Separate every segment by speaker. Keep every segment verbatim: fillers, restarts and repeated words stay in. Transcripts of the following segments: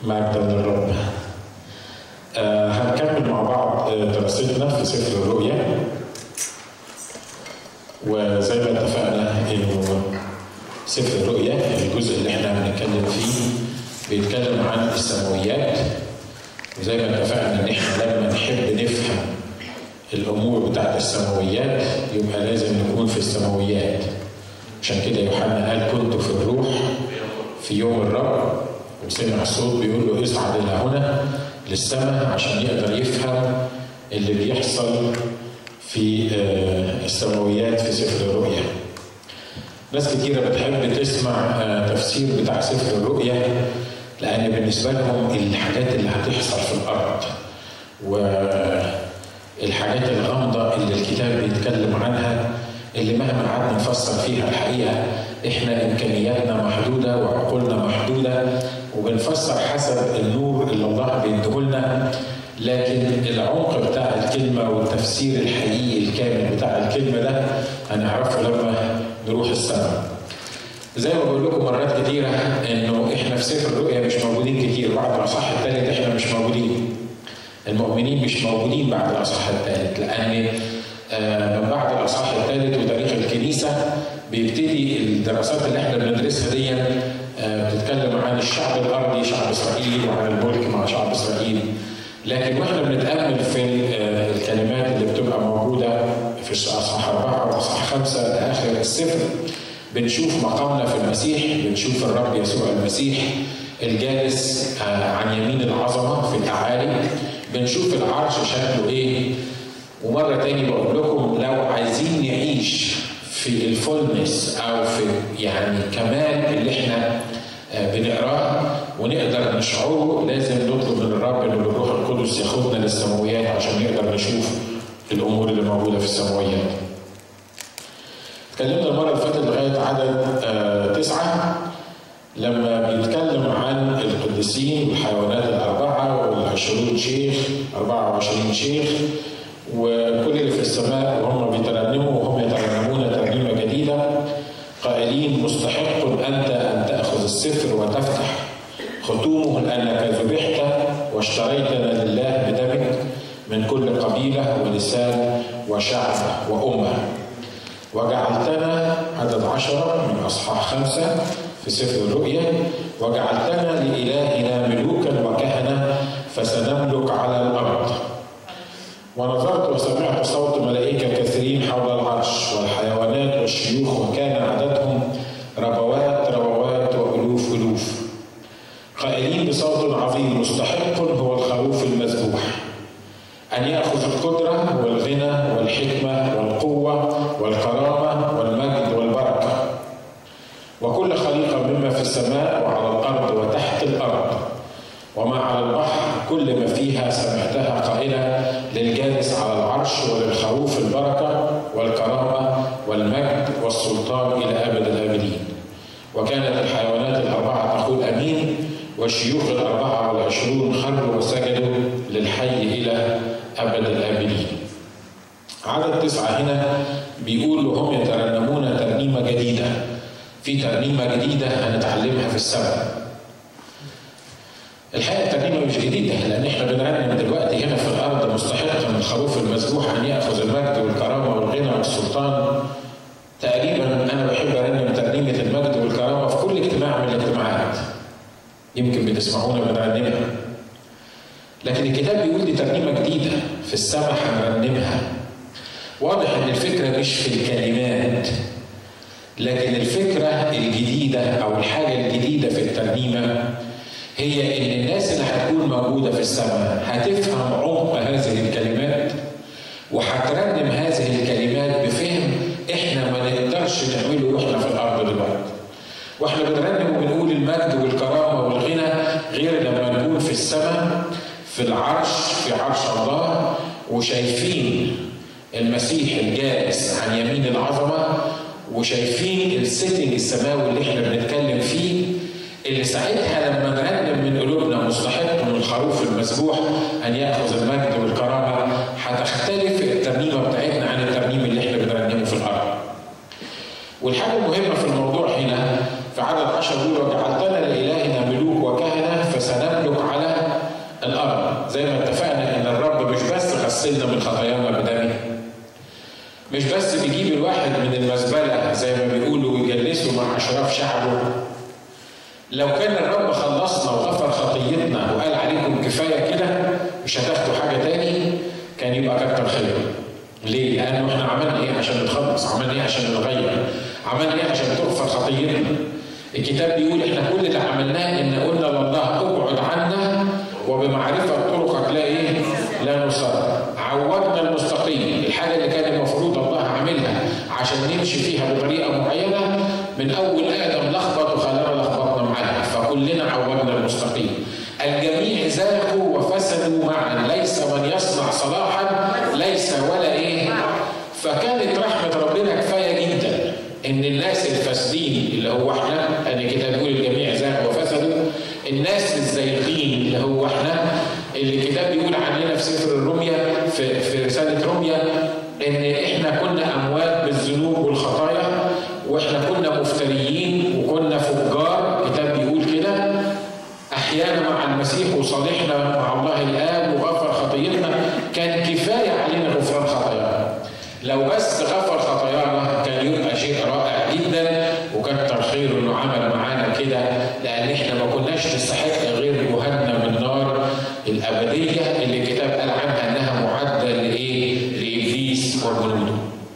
Speaker 1: مجدا للرب. آه هنكمل مع بعض دراستنا في سفر الرؤيا، وزي ما اتفقنا انه سفر الرؤيا الجزء اللي احنا بنتكلم فيه بيتكلم عن السماويات، وزي ما اتفقنا ان احنا لما نحب نفهم الامور بتاعت السماويات يبقى لازم نكون في السماويات. عشان كده يوحنا قال كنت في الروح في يوم الرب، وسمع الصوت بيقول له اصعد الى هنا للسماء عشان يقدر يفهم اللي بيحصل في السماويات في سفر الرؤيا. ناس كتيرة بتحب تسمع تفسير بتاع سفر الرؤيا لأن بالنسبة لهم الحاجات اللي هتحصل في الأرض والحاجات الغامضة اللي الكتاب بيتكلم عنها اللي مهما قعدنا نفسر فيها الحقيقة احنا إمكانياتنا محدودة وعقولنا محدودة وبنفسر حسب النور اللي الله بيديهولنا، لكن العمق بتاع الكلمة والتفسير الحقيقي الكامل بتاع الكلمة ده هنعرفه لما نروح السماء. زي ما بقول لكم مرات كتيرة انه احنا في سفر الرؤيا مش موجودين كتير، بعد الاصحاح الثالث احنا مش موجودين. المؤمنين مش موجودين بعد الاصحاح الثالث، لان من بعد الاصحاح الثالث وتاريخ الكنيسة بيبتدي الدراسات اللي احنا بندرسها دي بتتكلم عن الشعب الارضي شعب اسرائيل وعن الملك مع شعب اسرائيل. لكن واحنا بنتامل في الكلمات اللي بتبقى موجوده في اصحاح اربعه واصحاح خمسه لاخر السفر بنشوف مقامنا في المسيح، بنشوف الرب يسوع المسيح الجالس عن يمين العظمه في الاعالي، بنشوف العرش شكله ايه. ومره تاني بقول لكم لو عايزين نعيش في الفولنس او في يعني كمال اللي احنا بنقراه ونقدر نشعره لازم نطلب من الرب انه الروح القدس ياخدنا للسماويات عشان نقدر نشوف الامور اللي موجوده في السماويات. اتكلمنا المره اللي فاتت لغايه عدد آه تسعه لما بيتكلم عن القديسين والحيوانات الاربعه والعشرون شيخ اربعه وعشرين شيخ وكل اللي في السماء وهم بيترنموا وهم يترنمون ترنيمه جديده قائلين مستحق انت ان تاخذ السفر وتفتح ختومه لانك ذبحت واشتريتنا لله بدمك من كل قبيله ولسان وشعب وامه وجعلتنا عدد عشره من اصحاح خمسه في سفر الرؤيا وجعلتنا لالهنا ملوكا وكهنه فسنملك على الارض. ونظرت وسمعت صوت ملائكة كثيرين حول العرش والحيوانات والشيوخ وكان عددهم ربوات ربوات وألوف ألوف قائلين بصوت عظيم مستحق هو الخروف المذبوح أن يأخذ القدرة والغنى والحكمة والقوة والكرامة والمجد والبركة وكل خليقة مما في السماء وعلى الأرض وتحت الأرض وما على البحر كل ما فيها سمعتها قائلة للجالس على العرش وللخروف البركة والكرامة والمجد والسلطان إلى أبد الآبدين. وكانت الحيوانات الأربعة تقول أمين والشيوخ الأربعة والعشرون خروا وسجدوا للحي إلى أبد الآبدين. عدد تسعة هنا بيقول وهم يترنمون ترنيمة جديدة. في ترنيمة جديدة هنتعلمها في السماء. الحقيقة الترنيمة مش جديدة لأن احنا بنرنم دلوقتي هنا في الأرض مستحق من الخروف المذبوح أن يأخذ المجد والكرامة والغنى والسلطان. تقريبا أنا بحب أرنم ترنيمة المجد والكرامة في كل اجتماع من الاجتماعات. يمكن بتسمعونا بنرنمها. لكن الكتاب بيقول دي ترنيمة جديدة في السماء هنرنمها. واضح إن الفكرة مش في الكلمات، لكن الفكرة الجديدة أو الحاجة الجديدة في الترنيمة هي ان الناس اللي هتكون موجوده في السماء هتفهم عمق هذه الكلمات وهترنم هذه الكلمات بفهم احنا ما نقدرش نعمله واحنا في الارض دلوقتي. واحنا بنرنم وبنقول المجد والكرامه والغنى غير لما نكون في السماء في العرش في عرش الله وشايفين المسيح الجالس عن يمين العظمه وشايفين السيتنج السماوي اللي احنا بنتكلم فيه اللي ساعتها لما نرنم من قلوبنا مستحق من الخروف المذبوح ان ياخذ المجد والكرامه هتختلف الترنيمه بتاعتنا عن الترنيم اللي احنا بنرنمه في الارض. والحاجه المهمه في الموضوع هنا في عدد عشر يقول وجعلتنا لالهنا ملوك وكهنه فسنملك الارض. زي ما اتفقنا ان الرب مش بس غسلنا من خطايانا بدمه، مش بس بيجيب الواحد من المزبله زي ما بيقولوا ويجلسه مع اشراف شعبه. لو كان الرب خلصنا وغفر خطيتنا وقال عليكم كفايه كده مش هتاخدوا حاجه تاني، كان يبقى كتر خير. ليه؟ لانه احنا عملنا ايه عشان نتخلص؟ عملنا ايه عشان نتغير؟ عملنا ايه عشان تغفر خطيتنا؟ الكتاب بيقول احنا كل اللي عملناه ان قلنا لله ابعد عنا وبمعرفه طرقك لا ايه؟ لا نصر. عوجنا المستقيم، الحاجه اللي كان المفروض الله عاملها عشان نمشي فيها بطريقه معينه، من اول ادم لخبط وخلانا لخبطنا معاها، فكلنا عوجنا المستقيم. الجميع زاغوا وفسدوا معا، ليس من يصنع صلاحا ليس ولا ايه. فكانت رحمه ربنا كفايه جدا ان الناس الفاسدين اللي هو احنا، ان الكتاب بيقول الجميع زاغوا وفسدوا، الناس الزيغين اللي هو احنا، اللي الكتاب بيقول عننا في سفر الرمية في, في رسالة رمية ان احنا كنا اموات بالذنوب والخطايا، واحنا كنا مفتريين وكنا فجار. الكتاب بيقول كده احيانا مع المسيح وصالحنا مع الله الاب وغفر خطيتنا. كان كفايه علينا غفران خطايانا. لو بس غفر خطايانا كان يبقى شيء رائع جدا، وكتر خيره انه عمل معانا كده، لان احنا ما كناش نستحق غير جهنم من النار الابديه اللي الكتاب قال عنها انها معده لايه؟ لابليس وجنوده.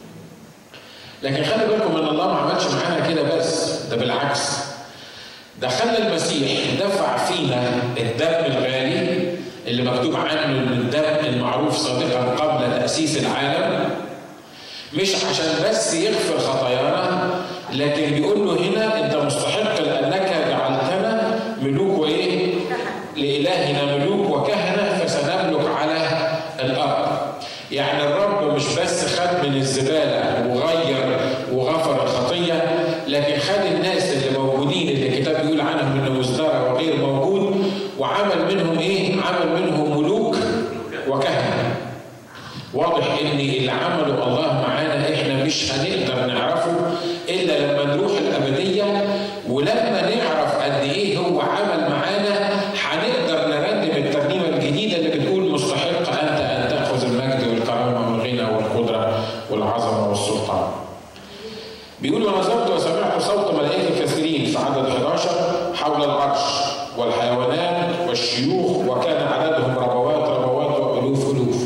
Speaker 1: لكن خلي بالكم ان الله ما عملش معانا كده بس، ده بالعكس، ده خلى المسيح دفع فينا الدم الغالي اللي مكتوب عنه ان الدم المعروف صادقا قبل تاسيس العالم، مش عشان بس يغفر خطايانا، لكن بيقول له هنا انت مستحق لانك جعلتنا ملوك وايه؟ لالهنا ملوك وكهنه فسنملك على الارض. يعني الرب مش بس خد من الزباله وغير وغفر الخطيه، لكن خد الناس اللي موجودين اللي الكتاب بيقول عنهم انه مزدرع وغير موجود، وعمل منهم ايه؟ عمل منهم ملوك وكهنه. واضح ان اللي عمله الله معانا احنا مش هنقدر نعرفه الا لما نروح الابديه، ولما نعرف قد ايه هو عمل معانا هنقدر نرنم الترنيمه الجديده اللي بتقول مستحق انت ان تاخذ المجد والكرامه والغنى والقدره والعظمه والسلطان. بيقول ونظرت وسمعت صوت ملائكه كثيرين في عدد احد عشر حول العرش والحيوانات والشيوخ، وكان عددهم ربوات ربوات والوف الوف.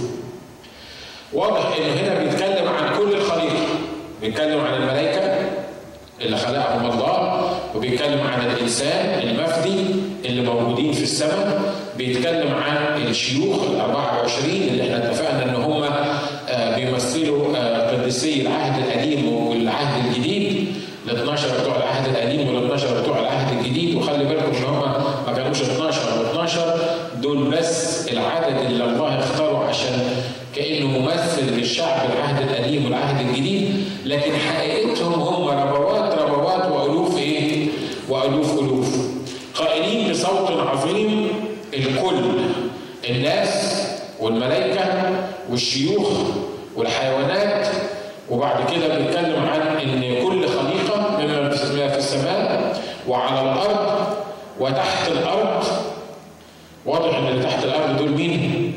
Speaker 1: واضح انه هنا بيتكلم عن كل الخليقه، بيتكلم عن الملائكه اللي خلقهم الله، وبيتكلم عن الانسان المفدي اللي موجودين في السماء، بيتكلم عن الشيوخ الأربعة وعشرين اللي احنا اتفقنا ان هم بيمثلوا قديسي العهد القديم والعهد الجديد، ال اثناشر بتوع العهد القديم وال اثناشر بتوع العهد الجديد. وخلي بالكم ان هم ما كانوش اثناشر و اثناشر، دول بس العدد اللي الله اختاره عشان كأنه ممثل للشعب العهد القديم والعهد الجديد، لكن حقيقتهم هم ربوات ربوات وألوف إيه؟ وألوف ألوف، قائلين بصوت عظيم الكل، الناس والملائكة والشيوخ والحيوانات. وبعد كده بيتكلم عن إن كل خليقة مما في السماء وعلى الأرض وتحت الأرض. واضح إن اللي تحت الأرض دول مين؟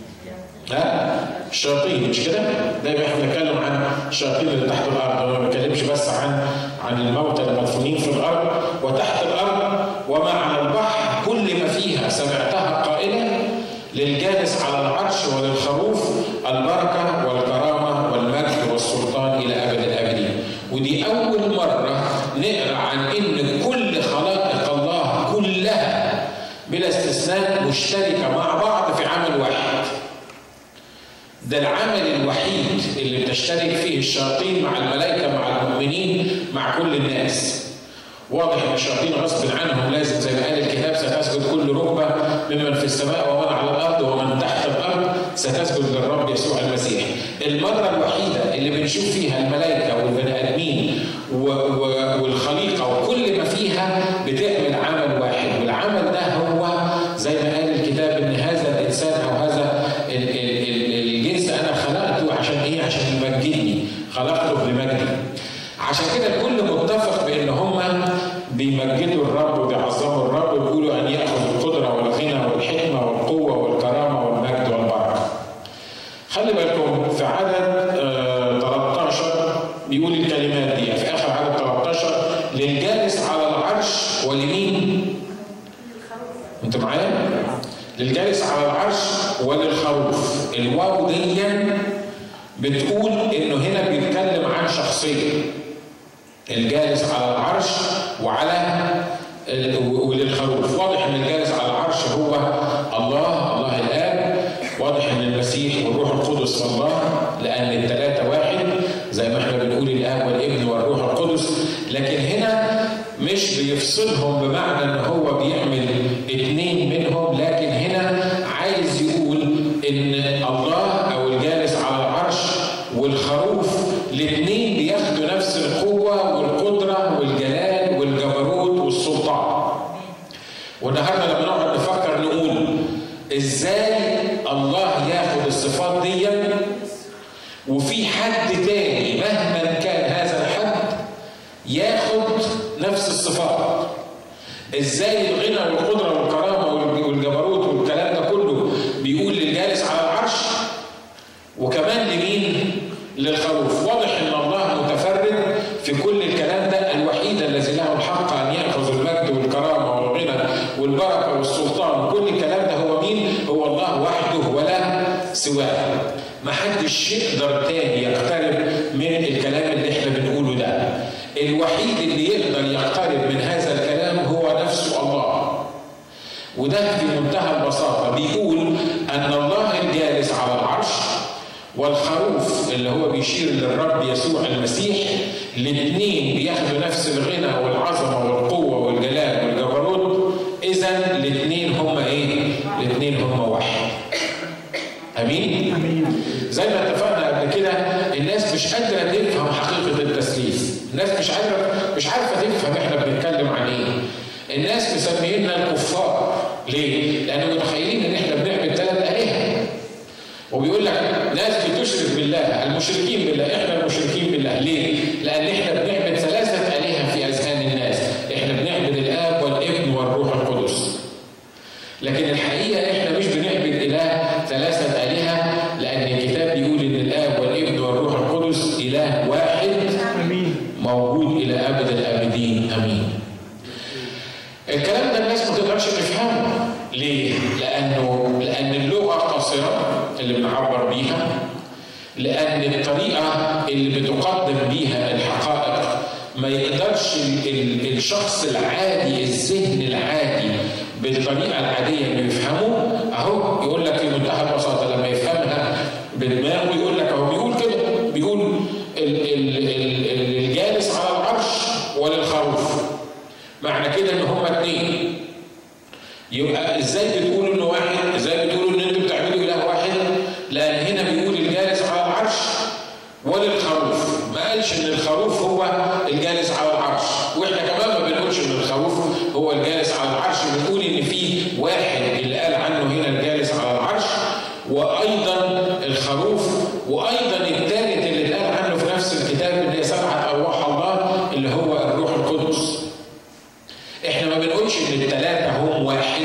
Speaker 1: ها؟ الشياطين، مش كده؟ دايما احنا بنتكلم عن الشياطين اللي تحت الارض، ما بنتكلمش بس عن عن الموتى المدفونين في الارض. وتحت الارض وما على البحر كل ما فيها سمعتها قائلا للجالس على العرش وللخروف البركه والكرامه والمجد والسلطان الى ابد الابدين. ودي اول مره نقرا عن ان كل خلائق الله كلها بلا استثناء مشتركه مع بعض في عمل واحد. ده العمل الوحيد اللي بتشترك فيه الشياطين مع الملائكة مع المؤمنين مع كل الناس. واضح ان الشياطين غصب عنهم لازم زي ما قال الكتاب ستسجد كل ركبة ممن في السماء ومن على الأرض ومن تحت الأرض ستسجد للرب يسوع المسيح. المرة الوحيدة اللي بنشوف فيها الملائكة والبني آدمين والخليقة وكل ما فيها بتعمل عمل واحد، والعمل ده هو زي ما قال الكتاب ان هذا الإنسان أو هذا الجنس أنا خلقته عشان إيه؟ عشان يمجدني، خلقته لمجدي. عشان كده الكل متفق بأن هم بيمجدوا الرب وبيعظموا الرب وبيقولوا أن يأخذ القدرة والغنى والحكمة والقوة انتوا معايا؟ للجالس على العرش وللخروف. الواو دي بتقول انه هنا بيتكلم عن شخصيه، الجالس على العرش وعلى وللخروف. واضح ان الجالس على العرش هو الله، الله الاب. واضح ان المسيح والروح القدس الله، لان الثلاثه واحد زي ما احنا بنقول الاب والابن والروح القدس. لكن هنا مش بيفصلهم بمعنى ان هو بيعمل اثنين منهم، لكن هنا عايز يقول ان الله او الجالس على العرش والخروف الاثنين بياخدوا نفس القوه والقدره والجلال والجبروت والسلطان. والنهارده لما نقعد نفكر نقول ازاي الله ياخد الصفات دي وفي حد تاني مهما كان هذا الحد ياخد نفس الصفات، ازاي الغنى والقدره والكرامه والجبروت والكلام ده كله بيقول للجالس على العرش وكمان لمين؟ للخروف. واضح ان الله متفرد في كل الكلام ده، الوحيد الذي له الحق ان ياخذ المجد والكرامه والغنى والبركه والسلطان كل الكلام ده هو مين؟ هو الله وحده ولا سواه. ما حدش يقدر تاني يقترب من الكلام اللي احنا بنقوله ده. الوحيد اللي يقدر يقترب من هذا الكلام هو نفسه الله. وده في منتهى البساطه، بيقول ان الله الجالس على العرش والخروف اللي هو بيشير للرب يسوع المسيح، الاثنين بياخدوا نفس الغنى والعظمه والقوه والجلال والجبروت. اذا الاثنين هم ايه؟ الاثنين هم واحد. امين؟ امين. زي ما اتفقنا قبل كده، الناس مش قادره تفهم حقيقه التثليث، الناس مش قادره مش عارفه تفهم احنا بنتكلم عن ايه. الناس مسمينا الكفار. ليه؟ لانه متخيلين ان احنا بنعمل ثلاث الهه. وبيقول لك ناس بتشرك بالله، المشركين بالله، احنا المشركين بالله. ليه؟ لان احنا بنعبد ثلاثه الهه في اذهان الناس، احنا بنعبد الاب والابن والروح القدس. لكن الحقيقه احنا مش بنعبد اله ثلاثه الهه، لان الكتاب بيقول ان الاب والابن والروح القدس اله واحد موجود الى ابد الابدين. امين. الكلام ده الناس ما تقدرش تفهمه. ليه؟ لانه لان اللغه قصيره اللي بنعبر بيها، لان الطريقه اللي بتقدم بيها الحقائق ما يقدرش الشخص العادي، الذهن العادي بالطريقه العاديه اللي يفهمه. اهو يقول لك في منتهى البساطه لما يفهمها بدماغه يقول لك اهو بيقول كده، بيقول ال ال ال الجالس على العرش وللخروف. معنى كده ان هما اثنين. يبقى ازاي بتقولوا انه واحد؟ ازاي بتقولوا ان انتوا بتعملوا اله واحد؟ لان هنا بيقول الجالس على العرش وللخروف، ما قالش ان الخروف هو الجالس على العرش. واحنا كمان ما بنقولش ان الخروف هو الجالس على العرش، بنقول ان في واحد اللي قال عنه هنا الجالس على العرش، وايضا الخروف، وايضا الثالث اللي قال عنه في نفس الكتاب اللي هي سبعه ارواح الله اللي هو الروح القدس. احنا ما بنقولش ان الثلاثه هم واحد،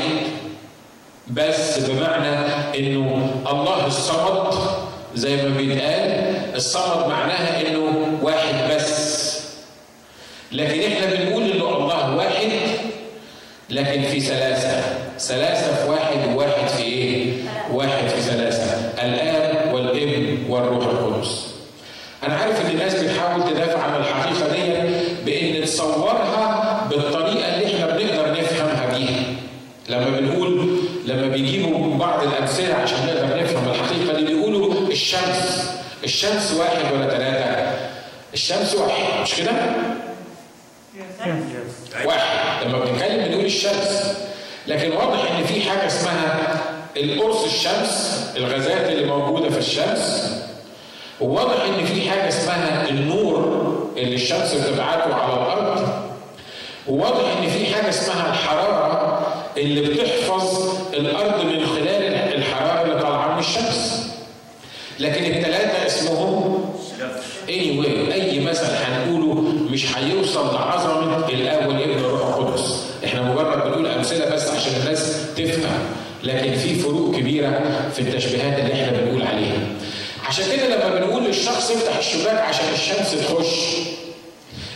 Speaker 1: بس بمعنى انه الله الصمد زي ما بيتقال، الصمد معناها انه واحد بس. لكن احنا بنقول انه الله واحد لكن في ثلاثه، ثلاثه في واحد، وواحد في ايه؟ واحد في ثلاثه، الاب والابن والروح القدس. انا عارف ان الناس بتحاول تدافع عن الحقيقه دي بان تصورها بالطريقه اللي احنا بنقدر نفهمها بيها. لما بنقول لما بيجيبوا بعض الامثله عشان نقدر نفهم الحقيقه دي، بيقولوا الشمس، الشمس واحد ولا ثلاثه؟ الشمس واحد، مش كده؟ واحد. لما بنتكلم بنقول الشمس، لكن واضح ان في حاجه اسمها القرص الشمس، الغازات اللي موجوده في الشمس، وواضح ان في حاجه اسمها النور اللي الشمس بتبعته على الارض، وواضح ان في حاجه اسمها الحراره اللي بتحفظ الارض من خلال الحراره اللي طالعه من الشمس. لكن الثلاثه اسمهم anyway، اي مثل هنقوله مش هيوصل لعظمه الاب والابن والروح القدس. احنا مجرد بنقول امثله بس عشان الناس تفهم، لكن في فروق كبيره في التشبيهات اللي احنا بنقول عليها. عشان كده لما بنقول للشخص افتح الشباك عشان الشمس تخش،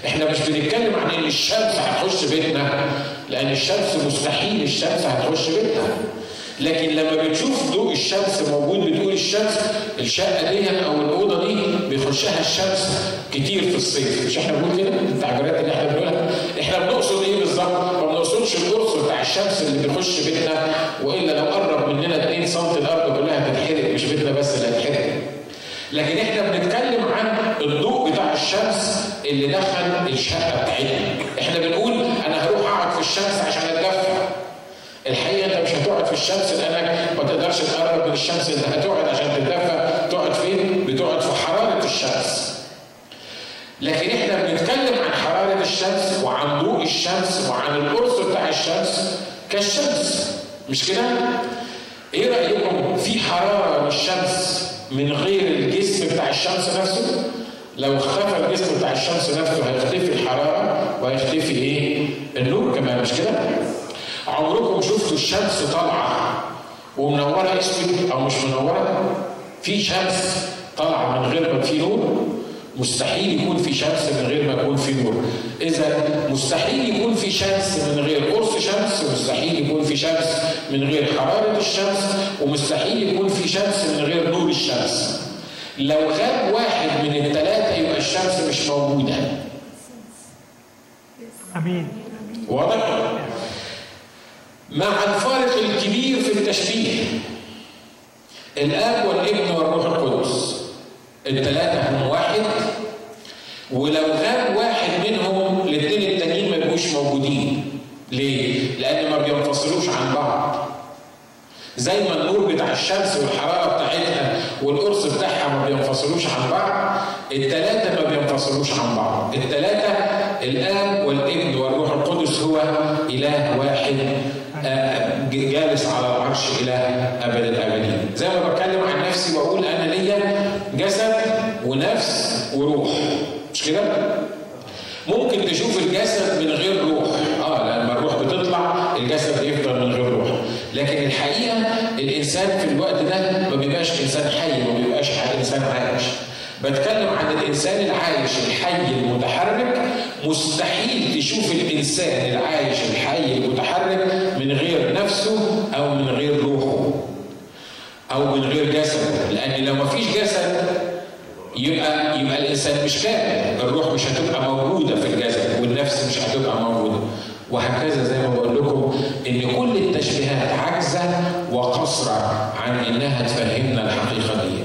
Speaker 1: احنا مش بنتكلم عن ان الشمس هتخش بيتنا، لان الشمس مستحيل الشمس هتخش بيتنا. لكن لما بتشوف ضوء الشمس موجود بتقول الشمس الشقه دي او الاوضه دي بيخشها الشمس كتير في الصيف. مش احنا بنقول كده التعبيرات اللي احنا بنقولها؟ احنا بنقصد ايه بالظبط؟ ما بنقصدش القرص بتاع الشمس اللي بيخش بيتنا، والا لو قرب مننا اتنين سم الارض كلها هتتحرق، مش بيتنا بس اللي هتتحرق. لكن احنا بنتكلم عن الضوء بتاع الشمس اللي دخل الشقه بتاعتنا. احنا بنقول انا هروح اقعد في الشمس عشان اتدفى. الحقيقه انت مش هتقعد في الشمس لانك ما تقدرش تقرب من الشمس، انت هتقعد عشان تتدفى. تقعد فين؟ بتقعد في حراره الشمس. لكن احنا بنتكلم عن حراره الشمس وعن ضوء الشمس وعن القرص بتاع الشمس كالشمس، مش كده؟ ايه رايكم في حراره للشمس من غير الجسم بتاع الشمس نفسه؟ لو اختفى الجسم بتاع الشمس نفسه هيختفي الحراره وهيختفي ايه؟ النور كمان، مش كده؟ عمركم شفتوا الشمس طالعه ومنوره اسود او مش منوره؟ في شمس طالعه من غير ما في نور؟ مستحيل يكون في شمس من غير ما يكون في نور. اذا مستحيل يكون في شمس من غير قرص شمس، ومستحيل يكون في شمس من غير حراره الشمس، ومستحيل يكون في شمس من غير نور الشمس. لو غاب واحد من الثلاثه يبقى الشمس مش موجوده.
Speaker 2: امين.
Speaker 1: واضح؟ مع الفارق الكبير في التشبيه، الاب والابن والروح القدس الثلاثه هم واحد، ولو غاب واحد منهم الاثنين التانيين ما يبقوش موجودين. ليه؟ لان ما بينفصلوش عن بعض. زي ما النور بتاع الشمس والحراره بتاعتها والقرص بتاعها ما بينفصلوش عن بعض، الثلاثه ما بينفصلوش عن بعض. الثلاثه الاب والابن والروح القدس هو اله واحد جالس على العرش الى ابد الابدين. زي ما بتكلم عن نفسي واقول انا ليا جسد ونفس وروح، مش كده؟ ممكن تشوف الجسد من غير روح، اه لما الروح بتطلع الجسد بيفضل من غير روح. لكن الحقيقه الانسان في الوقت ده ما بيبقاش انسان حي، ما بيبقاش انسان عايش. بتكلم عن الانسان العايش الحي المتحرك. مستحيل تشوف الانسان العايش الحي المتحرك من غير نفسه او من غير روحه او من غير جسد، لان لو ما فيش جسد يبقى يبقى الانسان مش كامل. الروح مش هتبقى موجوده في الجسد والنفس مش هتبقى موجوده، وهكذا. زي ما بقول لكم ان كل التشبيهات عاجزه وقصره عن انها تفهمنا الحقيقه دي.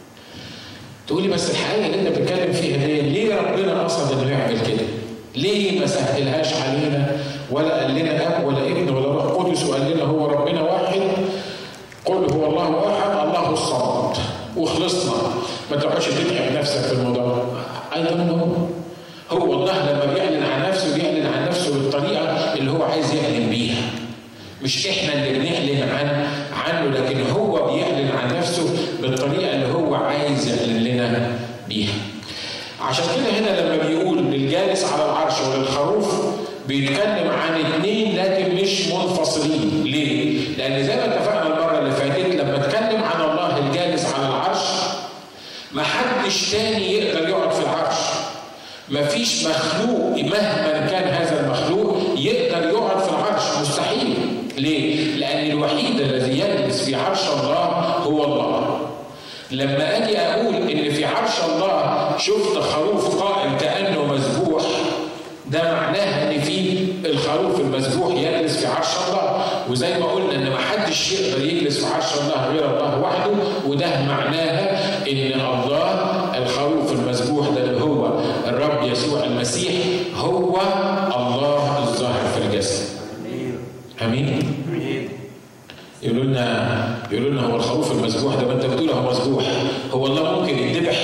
Speaker 1: تقولي بس الحقيقه اللي انت بتتكلم فيها دي ليه ربنا قصد انه يعمل كده؟ ليه ما سهلهاش علينا ولا قال لنا اب ولا ابن ولا روح قدس وقال لنا هو ربنا واحد؟ قل هو الله احد الله الصمد وخلصنا. ما تقعدش تتعب نفسك في الموضوع. ايضا هو هو الله لما بيعلن عن نفسه بيعلن عن نفسه بالطريقه اللي هو عايز يعلن بيها، مش احنا اللي بنعلن عن عنه، لكن هو بيعلن عن نفسه بالطريقه اللي هو عايز يعلن لنا بيها. عشان كده هنا لما بيقول للجالس على العرش وللخروف بيتكلم عن اثنين لكن مش منفصلين. ليه؟ لان زي ما اتفقنا المره اللي فاتت لما اتكلم عن الله الجالس على العرش ما حدش تاني يقدر يقعد في العرش. مفيش مخلوق مهما كان هذا المخلوق يقدر يقعد في العرش، مستحيل. ليه؟ لأن الوحيد الذي يجلس في عرش الله هو الله. لما أجي أقول إن في عرش الله شفت خروف قائم كأنه مذبوح، ده معناه إن في الخروف المذبوح يجلس في عرش الله. وزي ما قلنا إن ما حدش يقدر يجلس في عرش الله غير الله وحده، وده معناها إن الله الخروف المذبوح ده اللي هو الرب يسوع المسيح هو الله الظاهر في الجسد. امين. يقولوا لنا يقولوا لنا هو الخروف المذبوح ده، ما انت بتقول هو مذبوح، هو الله ممكن يذبح؟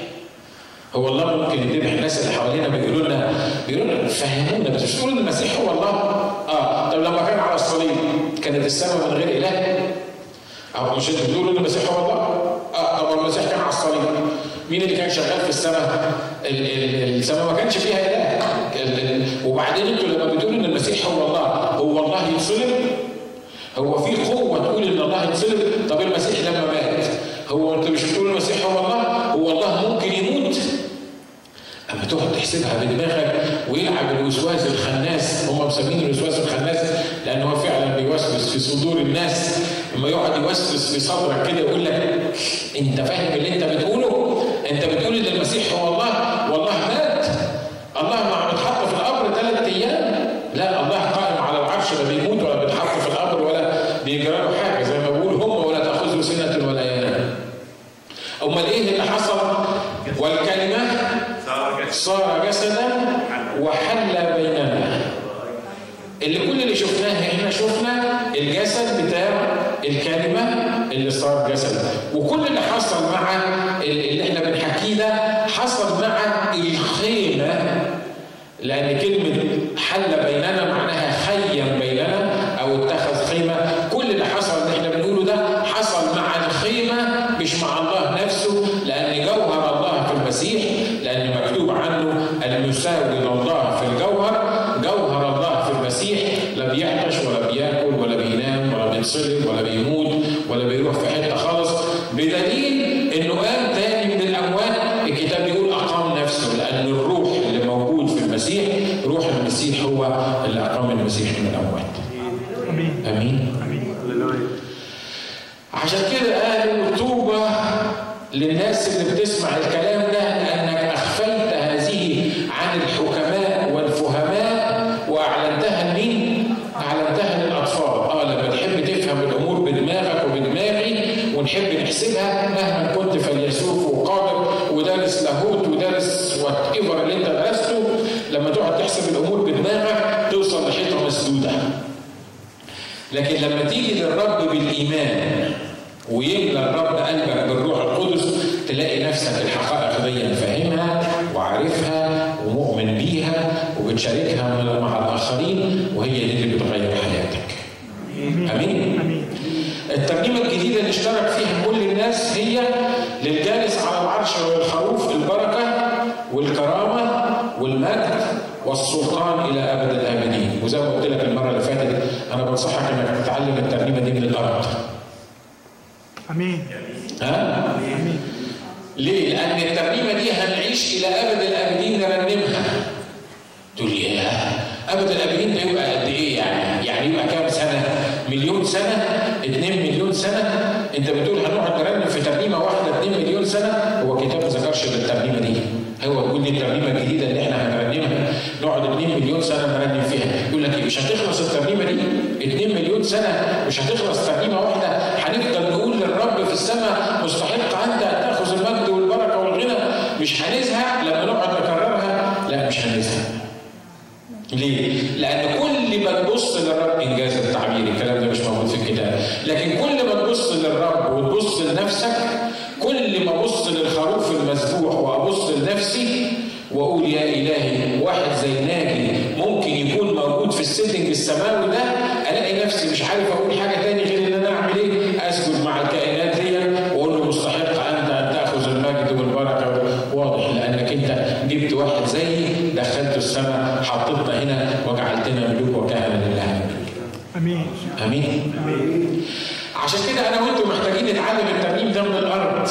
Speaker 1: هو الله ممكن يذبح؟ الناس اللي حوالينا بيقولوا لنا بيقولوا لنا فهمونا، بس مش تقولوا ان المسيح هو الله؟ اه طب لما كان على الصليب كانت السماء من غير اله؟ او مش انتوا بتقولوا ان المسيح هو الله؟ اه طب المسيح كان على الصليب، مين اللي كان شغال في السماء؟ السماء ما كانش فيها اله. وبعدين انتوا لما بتقولوا ان المسيح هو الله، هو الله يتصلب؟ هو في قوه تقول ان الله يتصلب؟ طب المسيح لما مات هو انتوا مش بتقولوا المسيح هو الله؟ هو الله ممكن يموت؟ اما هتقعد تحسبها بدماغك ويلعب الوسواس الخناس، هم مسمينه الوسواس الخناس لان هو فعلا بيوسوس في صدور الناس. لما يقعد يوسوس في صدرك كده يقول لك انت فاهم اللي انت بتقوله؟ انت بتقول ان المسيح هو الله، والله مات، الله ما بيتحط في القبر ثلاث ايام، لا الله قائم على العرش، لا بيموت ولا بيتحط في القبر ولا بيجرى له حاجه زي ما بقول هم، ولا تاخذه سنه ولا ينام. امال ايه اللي حصل؟ والكلمه صار جسدا وحل بيننا. اللي كل اللي شفناه احنا شفنا الجسد بتاع الكلمه اللي صار جسد، وكل اللي حصل مع اللي احنا بنحكيه ده حصل مع الخيمه، لان كلمه حل بيننا معناها خيم بيننا او اتخذ خيمه. كل اللي حصل اللي احنا بنقوله ده حصل مع الخيمه مش مع الله نفسه، لان جوهر الله في المسيح، لان مكتوب عنه المساوي لله في الجوهر. جوهر الله في المسيح لا بيعطش ولا بياكل ولا بينام ولا بيتصلب ولا بيموت ولا بيروح في حته خالص، بدليل انه قام تاني من الاموات. الكتاب بيقول اقام نفسه، لان الروح اللي موجود في المسيح، روح المسيح هو اللي اقام المسيح من الاموات. امين امين امين. عشان كده قالوا طوبى للناس اللي بتسمع الكلام ده، لانك اخفيت هذه عن الحكماء والفهماء واعلنتها لمين؟ اعلنتها للاطفال. اه لما تحب تفهم الامور بدماغك وبدماغي ونحب نحسبها مهما كنت فيلسوف وقادر ودارس لاهوت ودارس وات ايفر اللي انت درسته، لما تقعد تحسب الامور بدماغك توصل لحيطه مسدوده. لكن لما تيجي للرب بالايمان ويملى الرب قلبك بالروح القدس، تلاقي نفسك الحقائق دي فاهمها وعارفها ومؤمن بيها وبتشاركها مع الاخرين، وهي دي اللي بتغير حياتك. امين. امين. الترنيمه الجديده اللي اشترك فيها كل الناس هي للجالس على العرش والخروف البركه والكرامه والمجد والسلطان الى ابد الابدين. وزي ما قلت لك المره اللي فاتت، انا بنصحك انك تتعلم الترنيمه دي من الارض. امين. ها؟ امين. ليه؟ لان الترنيمه دي هنعيش الى ابد الابدين نرنمها. تقول لي يا ابد الابدين ده يبقى قد ايه يعني؟ يعني يبقى كام سنه؟ مليون سنه؟ اتنين مليون سنه؟ انت بتقول هنقعد نرنم في ترنيمه واحده اتنين مليون سنه؟ هو الكتاب ما ذكرش بالترنيمه دي. هو بيقول لي الترنيمه الجديده اللي احنا هنرنمها نقعد اتنين مليون سنه نرنم فيها. يقول لك مش هتخلص الترنيمه دي؟ اتنين مليون سنه مش هتخلص ترنيمه واحده. هنفضل نقول للرب في السماء مستحق انت ان تاخذ المجد والبركه والغنى. مش هنزهق لما نقعد نكررها؟ لا مش هنزهق. ليه؟ لأن كل ما تبص للرب، إنجاز التعبير الكلام ده مش موجود في الكتاب، لكن كل ما تبص للرب وتبص لنفسك، كل ما أبص للخروف المذبوح وأبص لنفسي وأقول يا إلهي واحد زي ناجي ممكن يكون موجود في السيتنج السماوي ده، ألاقي نفسي مش عارف أقول حاجة تاني غير إن أنا أعمل إيه؟ أسجد مع الكائنات دي وأقول له مستحق أنت أن تأخذ المجد والبركة. واضح لأنك أنت جبت واحد زيي دخلته السماء، حطيتنا هنا وجعلتنا ملوك وكهنة لله. امين امين امين. عشان كده انا وانتم محتاجين نتعلم الترنيم ده من الارض.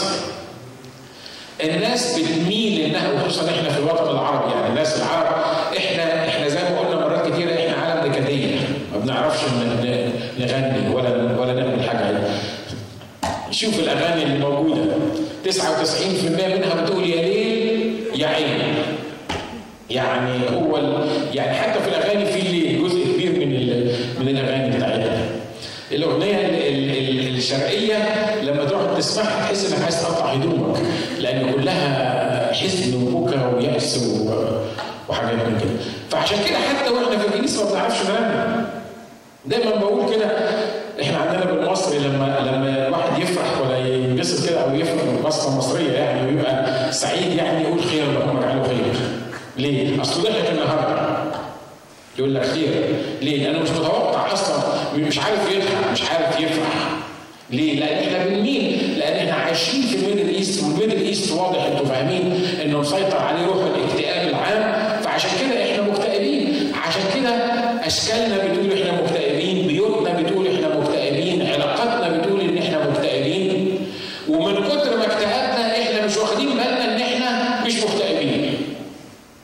Speaker 1: الناس بتميل انها، وخصوصا احنا في الوطن العربي، يعني الناس العرب احنا احنا زي ما قلنا مرات كتيره احنا عالم نكديه، ما بنعرفش نغني ولا ولا نعمل حاجه. شوف الاغاني اللي موجوده تسعة وتسعين بالمئة منها بتقول يا ليل يا عين. يعني هو يعني حتى في الاغاني في الليل جزء كبير من من الاغاني بتاعتنا. الاغنيه الشرقيه لما تروح تسمعها تحس انك عايز تقطع هدومك، لان كلها حزن وبكا ويأس وحاجات من كده. فعشان كده حتى واحنا في الكنيسه ما بنعرفش نرنم. دايما بقول كده، احنا عندنا بالمصري لما لما الواحد يفرح ولا ينبسط كده او يفرح ببسطه مصريه يعني ويبقى سعيد، يعني يقول خير اللهم اجعله خير. ليه؟ اصل ضحك النهارده. يقول لك خير. ليه؟ لانه مش متوقع اصلا، مش عارف يضحك، مش عارف يفرح. ليه؟ لان احنا بنميل، لان احنا عايشين في الميدل ايست، والميدل ايست واضح انتوا فاهمين انه مسيطر عليه روح الاكتئاب العام، فعشان كده احنا مكتئبين. عشان كده اشكالنا بتقول احنا مكتئبين، بيوتنا بتقول احنا مكتئبين، علاقاتنا بتقول ان احنا مكتئبين، ومن كتر ما اكتئبنا احنا مش واخدين بالنا ان احنا مش مكتئبين.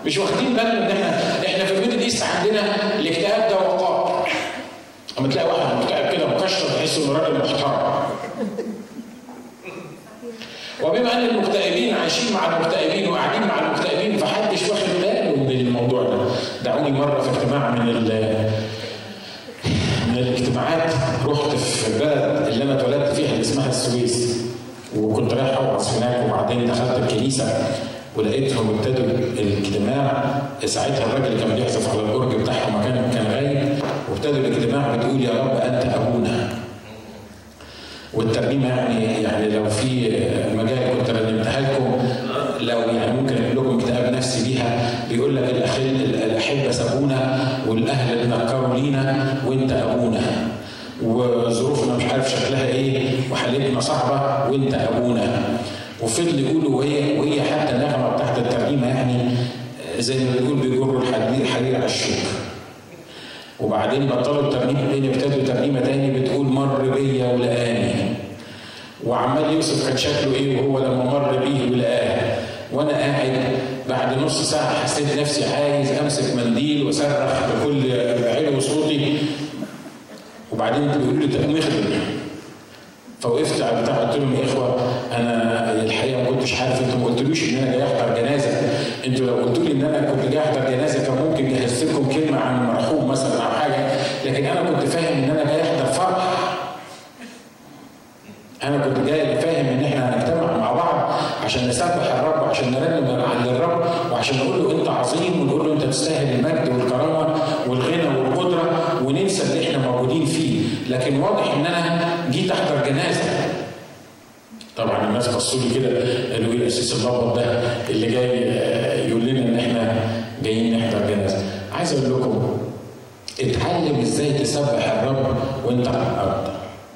Speaker 1: مش واخدين بالنا ان احنا احنا في الميدل ايست عندنا الاكتئاب ده وقار. اما تلاقي واحد مكتئب كده مكشر تحس انه راجل محترم. وبما ان المكتئبين عايشين مع المكتئبين وقاعدين مع المكتئبين فحدش واخد باله من الموضوع ده. دعوني مره في اجتماع من من الاجتماعات رحت في البلد اللي انا اتولدت فيها اللي اسمها السويس، وكنت رايح اوعظ هناك، وبعدين دخلت الكنيسه ولقيتهم ابتدوا الاجتماع. ساعتها الراجل اللي كان بيعزف على الاورج بتاعهم مكان كان غايب، وابتدوا الاجتماع بتقول يا رب انت ابونا. والترنيمه يعني يعني لو في مجال كنت رنمتها لكم، لو يعني ممكن اقول لكم كتاب نفسي بيها، بيقول لك الاحبه سابونا والاهل نكروا لينا وانت ابونا، وظروفنا مش عارف شكلها ايه وحالتنا صعبه وانت ابونا. وفضل يقولوا وهي وهي حتى النغمه بتاعت الترنيمه يعني زي ما بيقول بيجروا الحرير حرير على الشوك. وبعدين بطلوا الترنيمه تاني، ابتدوا ترنيمه تاني بتقول مر بيا ولقاني، وعمال يوصف كان شكله ايه وهو لما مر بيه ولقاه. وانا قاعد بعد نص ساعه حسيت نفسي عايز امسك منديل واصرخ بكل علو صوتي. وبعدين بيقولوا لي تقوم اخدم. فوقفت على بتاع قلت لهم يا اخوه انا الحقيقه ما كنتش عارف، انتوا ما قلتلوش ان انا جاي احضر جنازه. انتوا لو قلتوا لي ان انا كنت جاي احضر جنازه كان ممكن جهزت لكم كلمه عن المرحوم مثلا او حاجه، لكن انا كنت فاهم ان انا جاي احضر فرح. انا كنت جاي فاهم ان احنا هنجتمع مع بعض عشان نسبح الرب وعشان نرنم للرب وعشان نقول له انت عظيم ونقول له انت تستاهل المجد والكرامه والغنى والقدره وننسى اللي احنا موجودين فيه. لكن واضح ان انا جيت احضر جنازه. طبعا الناس بصوا لي كده قالوا ايه القسيس اللبط ده اللي جاي يقول لنا ان احنا جايين نحضر جنازه. عايز اقول لكم اتعلم ازاي تسبح الرب وانت على الارض.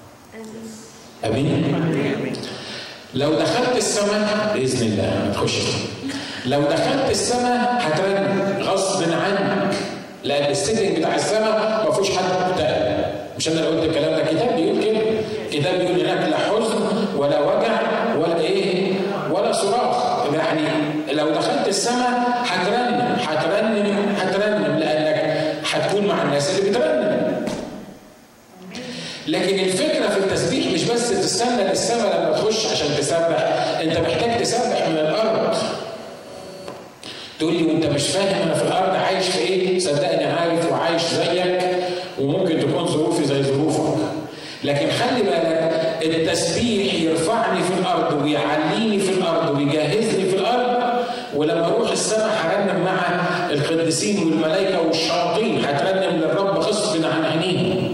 Speaker 1: امين. لو دخلت السماء باذن الله ما تخشش، لو دخلت السماء هترن غصب عنك، لان السجن بتاع السماء ما فيهوش حد مكتئب. مش انا اللي قلت الكلام ده، الكتاب بيقول كده. الكتاب بيقول هناك لا حزن ولا وجع ولا ايه ولا صراخ. يعني لو دخلت السماء هترنم هترنم هترنم لانك هتكون مع الناس اللي بترنم. لكن الفكره في التسبيح مش بس تستنى للسماء لما تخش عشان تسبح، انت محتاج تسبح من الارض. تقول لي وانت مش فاهم انا في الارض عايش في ايه؟ صدقني عارف وعايش زيك، وممكن تكون ظروفي زي ظروفك. لكن خلي بالك التسبيح يرفعني في الارض ويعليني في الارض ويجهزني في الارض، ولما اروح السماء هرنم مع القديسين والملائكه والشياطين، هترنم للرب غصب عن عينيهم.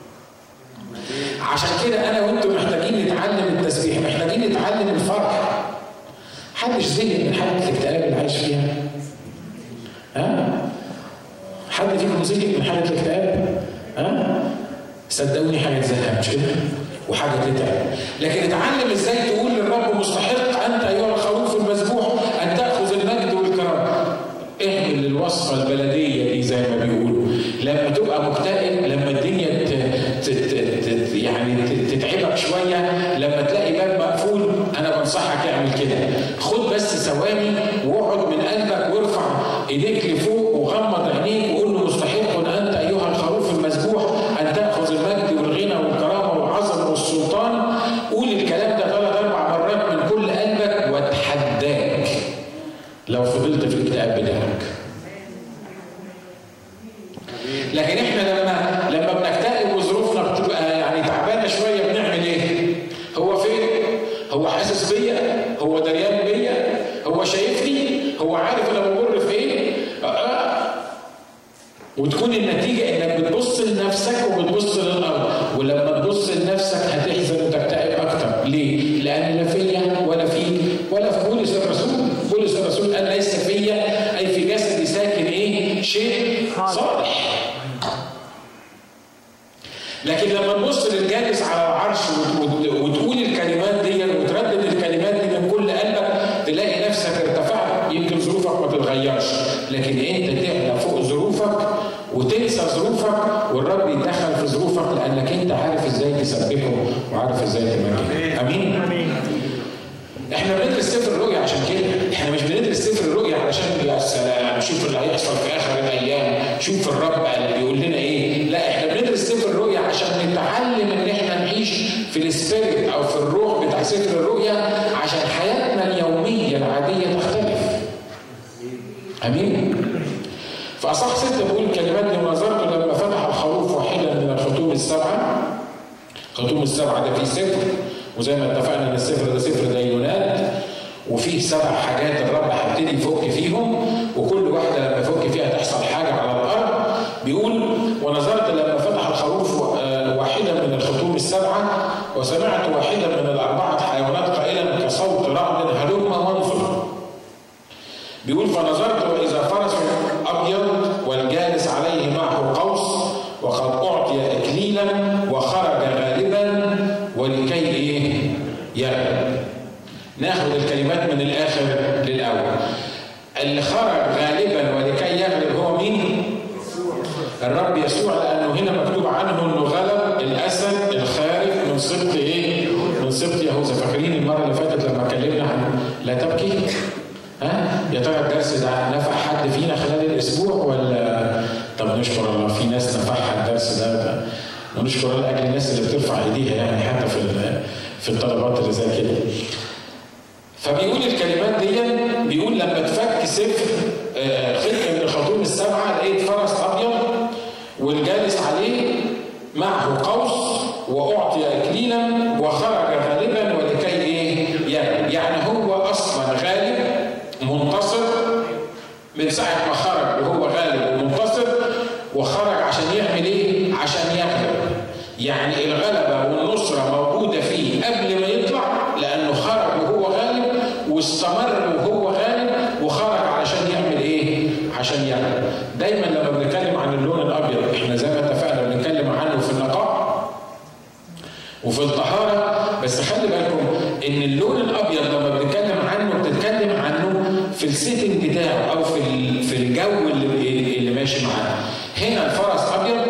Speaker 1: عشان كده انا وانتم محتاجين نتعلم التسبيح، محتاجين نتعلم الفرح. حدش زهق من حاله الاكتئاب اللي عايش فيها؟ ها؟ حد فيكم زهق من حاله الاكتئاب؟ ها؟ صدقوني حاجه تزهق مش كده؟ وحاجه تتعب. لكن اتعلم ازاي تقول للرب مستحق انت ايها الخروف المذبوح ان تاخذ المجد والكرامه. اهمل الوصفه البلديه دي زي ما بيقولوا. لما تبقى مكتئب، لما الدنيا ت... ت... ت... يعني تتعبك شويه، لما تلاقي باب مقفول، انا بنصحك اعمل كده. خد بس ثواني واقعد من قلبك وارفع ايديك لفوق وغمض عينيك وقول له مستحق انت ايها الخروف المذبوح ان تاخذ المجد والغنى والكرامه والعظمه والسلطان. قول الكلام ده ثلاث اربع مرات من كل قلبك واتحداك لو فضلت في الاكتئاب بتاعك. لكن احنا لما لما بنكتئب وظروفنا بتبقى يعني تعبانه شويه بنعمل ايه؟ هو فين؟ هو حاسس بيا؟ هو دريان بيا؟ هو شايفني؟ هو عارف انا بمر في ايه؟ آه. وتكون النتيجه انك بتبص لنفسك وبتبص للارض، ولما تبص لنفسك هتحزن وتكتئب اكتر. ليه؟ لان لا فيا ولا فيك ولا في بولس الرسول. بولس الرسول قال ليس فيا اي في جسدي ساكن ايه؟ شيء صالح. لكن لما تبص للجالس على العرش وتقول الكلمات دي وتردد الكلمات دي من كل قلبك، تلاقي نفسك ارتفعت. يمكن ظروفك ما تتغيرش، لكن انت تعلى فوق ظروفك وتنسى ظروفك والرب يتدخل في ظروفك، لانك انت عارف ازاي تسبحه وعارف ازاي تمجده. امين؟ امين. احنا بندرس سفر الرؤيا عشان كده. احنا مش بندرس سفر الرؤيا علشان يا سلام شوف السبيريت او في الروح بتاع سفر الرؤيا عشان حياتنا اليوميه العاديه تختلف. امين. في اصح ستة بيقول الكلمات دي: ونظرت لما فتح الخروف واحدا من الختوم السبعه. الختوم السبعه ده فيه سفر، وزي ما اتفقنا ان السفر ده سفر دينونات، وفيه سبع حاجات الرب هيبتدي يفك فيهم، وكل واحده لما يفك فيها تحصل حاجه على الارض. بيقول: ونظرت لما فتح الخروف واحدا من الختوم السبعه، وسمعت واحدا من الاربعه حيوانات قائلا كصوت رعد: هلم وانظر. بيقول: فنظرت واذا فرس ابيض والجالس عليه معه قوس، وقد اعطي اكليلا وخرج غالبا ولكي ايه؟ يغلب. ناخد الكلمات من الاخر للاول. اللي خرج غالبا ولكي يغلب هو مين؟ الرب يسوع، لانه هنا مكتوب عنه انه غلب الاسد الخارج من سبط ايه؟ من سبط يهوذا. فاكرين المره اللي فاتت لما اتكلمنا عن لا تبكي؟ ها؟ يا ترى الدرس ده نفع حد فينا خلال الاسبوع ولا؟ طب نشكر الله، في ناس نفعها الدرس ده, ده. ونشكر الله لاجل الناس اللي بترفع ايديها يعني حتى في في الطلبات اللي زي كده. فبيقول الكلمات دي، بيقول: لما تفك سفر ختم من الخطوم السبعه لقيت فرس ابيض والجالس عليه معه قوس واعطي اكليلا وخرج غالبا ولكي ايه؟ يغلب. يعني هو اصلا غالب منتصر من ساعه ما خرج وهو غالب ومنتصر، وخرج عشان يعمل ايه؟ عشان يغلب. يعني الغلبه والنصره موجوده فيه قبل ما يطلع، لانه خرج وهو غالب واستمر وهو غالب وخرج علشان يعمل ايه؟ عشان يغلب. دايما لما بنتكلم عن اللون الابيض احنا زي ما اتفقنا بنتكلم عنه في النقاء وفي الطهاره، بس خلي بالكم ان اللون الابيض لما بنتكلم عنه بتتكلم عنه في السيتنج بتاعه او في في الجو اللي اللي ماشي معاه. هنا الفرس ابيض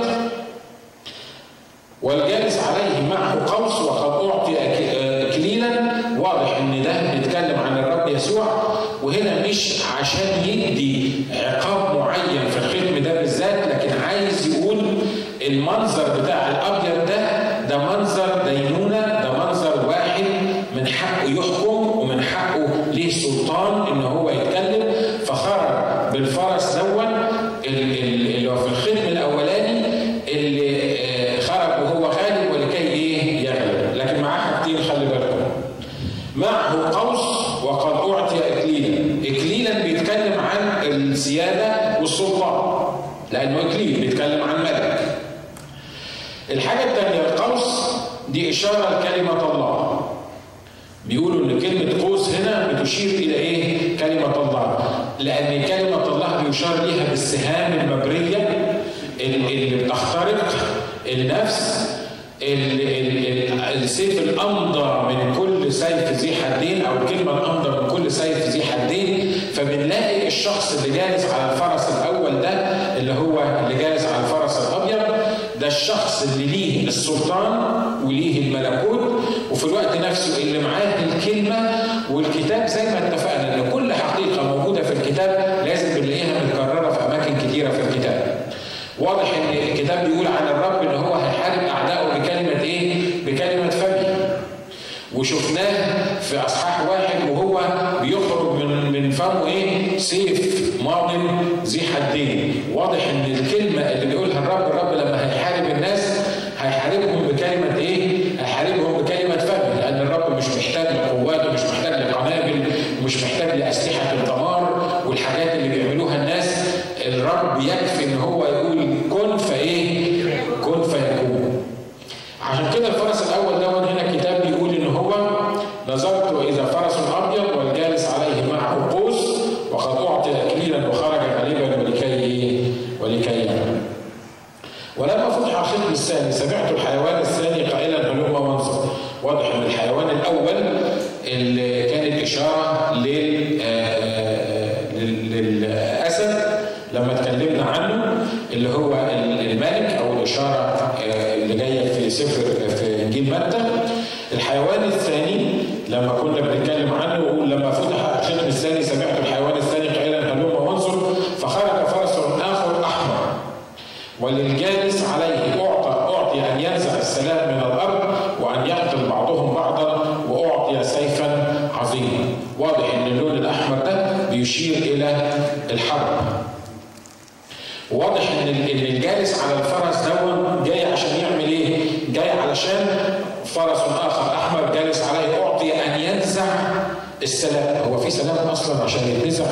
Speaker 1: والجالس عليه معه قوس وقد اعطي اكليلا. واضح ان ده بيتكلم عن الرب يسوع، وهنا مش عشان يدي عقاب معين في الختم ده بالذات، لكن عايز يقول المنظر بتاع الابيض ده ده منظر دينونه، ده منظر واحد من حقه يحكم ومن حقه ليه سلطان ان هو يتكلم. فخرج بالفرس دون اللي هو في الختم الاولاني اللي خرج وهو غالب ولكي ايه؟ يغلب. لكن معاه حاجتين خلي بالكم. معه قوس وقد اعطي اكليلا. اكليلا بيتكلم عن السياده والسلطان، لانه اكليل بيتكلم عن ملك. الحاجه الثانيه القوس دي اشاره لكلمه الله. بيقولوا ان كلمه قوس هنا بتشير الى ايه؟ كلمه الله، لان كلمه الله بيشار ليها بالسهام المبريه اللي بتخترق النفس. السيف الامضى من كل سيف ذي حدين، او الكلمه الامضى من كل سيف ذي حدين. فبنلاقي الشخص اللي جالس على الفرس الاول ده اللي هو اللي جالس على الفرس الابيض ده الشخص اللي ليه السلطان وليه الملكوت، وفي الوقت نفسه اللي معاه الكلمه. والكتاب زي ما اتفقنا ان كل حقيقه موجوده في الكتاب لازم بنلاقيها متكرره في اماكن كتيره في الكتاب. واضح ان الكتاب بيقول عن الرب ان هو هيحارب اعدائه بكلمه ايه؟ بكلمه فمه. وشفناه في اصحاح واحد وهو بيخرج من من فمه ايه؟ سيف ماض ذي حدين. واضح ان الكلمه اللي بيقولها الرب، الرب لما هيحارب الناس هيحاربهم بكلمه ايه؟ هيحاربهم بكلمه فمه، لان الرب مش محتاج لقوات ومش محتاج لقنابل ومش محتاج لاسلحه الدمار والحاجات اللي بيعملوها الناس. الرب يكفي ان هو يقول كن فايه؟ كن فيكون. عشان كده الفرس الاول ده هنا الكتاب بيقول ان هو نظرت واذا فرس ابيض والجالس عليه معه قوس وقد اعطي اكليلا وخرج غالبا ولكي ولكي يغلب. ولما فتح الختم الثاني سمعت الحيوان الثاني قائلا هلم وانظر. واضح ان الحيوان الاول اللي كانت اشاره لل للاسد لما اتكلمنا عنه اللي هو الملك او الاشاره اللي جايه في سفر في انجيل متى. الحيوان الثاني لما كنا بنتكلم عنه وقول لما فتح الختم الثاني سمعت الحيوان الثاني قائلا هلم وانظر فخرج فرس اخر احمر وللجالس والجالس عليه أعطى أعطي أن ينزع السلام من الأرض وأن يقتل بعضهم بعضا وأعطي سيفا عظيما. واضح أن اللون الأحمر ده بيشير إلى الحرب. واضح أن الجالس على الفرس ده جاي عشان يعمل إيه؟ جاي علشان فرس آخر أحمر جالس عليه أعطي أن ينزع السلام. هو في سلام أصلا عشان يتنزع؟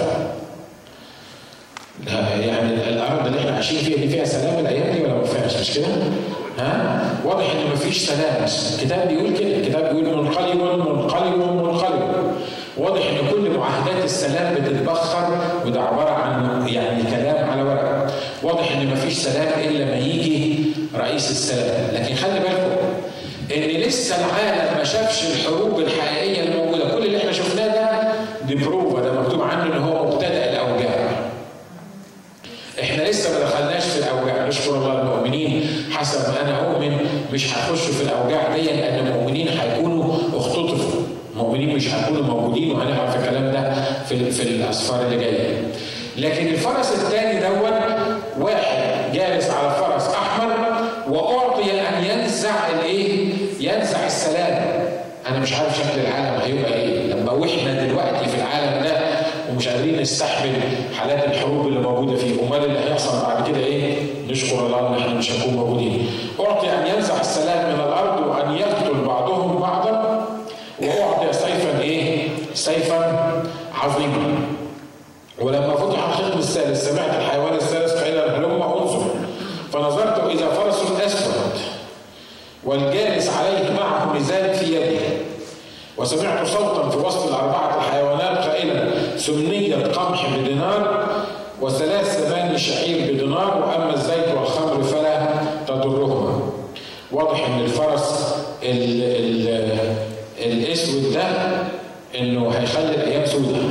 Speaker 1: لا، يعني الأرض اللي احنا عايشين فيها دي فيها سلام الأيام دي ولا ما فيهاش؟ مش كده؟ ها؟ واضح إن مفيش سلام. الكتاب بيقول كده، الكتاب بيقول منقلب منقلب منقلب. واضح إن كل معاهدات السلام بتتبخر، وده عبارة عن يعني كلام على ورق. واضح إن مفيش سلام إلا ما يجي رئيس السلام. لكن خلي بالكم إن لسه العالم ما شافش الحروب الحقيقية اللي موجودة. كل اللي احنا شفناه ده دي بروفا، ده مكتوب عنه إن هو مبتدأ الأوجاع. احنا لسه ما دخلناش في الاوجاع. نشكر الله، المؤمنين حسب ما انا اؤمن مش هيخشوا في الاوجاع دي، لان المؤمنين هيكونوا اختطفوا. المؤمنين مش هيكونوا موجودين، وهنعرف الكلام ده في في الاسفار اللي جايه. لكن الفرس الثاني دوت واحد جالس على فرس احمر واعطي ان ينزع الايه؟ ينزع السلام. انا مش عارف شكل العالم هيبقى ايه لما واحنا دلوقتي في العالم ده ومش قادرين نستحمل حالات الحروب اللي موجوده فيه. امال اللي هيحصل بعد كده ايه؟ نشكر الله ان احنا مش هنكون موجودين. اعطي ان ينزع السلام من الارض وان يقتل بعضهم بعضا واعطي سيفا ايه؟ سيفا عظيما. ولما فتح الختم الثالث سمعت الحيوان الثالث قائلا هلم انظر، فنظرت اذا فرس اسود والجالس عليه معه ميزان في يده، وسمعت صوتا في وسط الأربعة الحيوانات قائلا سمنية قمح بدينار وثلاث ثماني شعير بدينار، وأما الزيت والخمر فلا تضرهما. واضح إن الفرس ال ال الأسود ده إنه هيخلي الأيام سودة،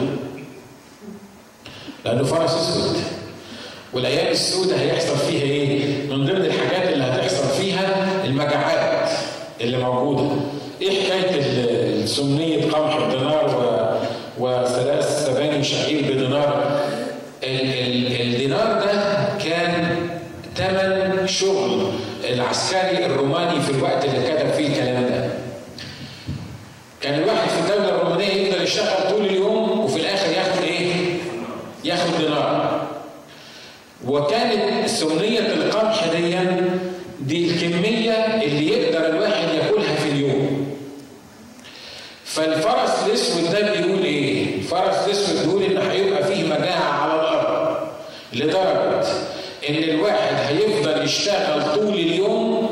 Speaker 1: لأنه فرس أسود. والأيام السودة هيحصل فيها إيه؟ من ضمن الحاجات اللي هتحصل فيها المجاعات اللي موجودة. ايه حكايه السمنيه قمح بدينار وثلاث ثماني شعير بدينار؟ الدينار ده كان ثمن شغل العسكري الروماني في الوقت اللي كتب فيه الكلام ده. كان الواحد في الدوله الرومانيه يقدر يشتغل طول اليوم وفي الاخر ياخد ايه؟ ياخد دينار. وكانت سمنيه القمح دي دي الكميه اللي يقدر الواحد ياكلها في اليوم. فالفرس الاسود ده بيقول ايه؟ الفرس الاسود بيقول ان هيبقى فيه مجاعه على الارض لدرجه ان الواحد هيفضل يشتغل طول اليوم،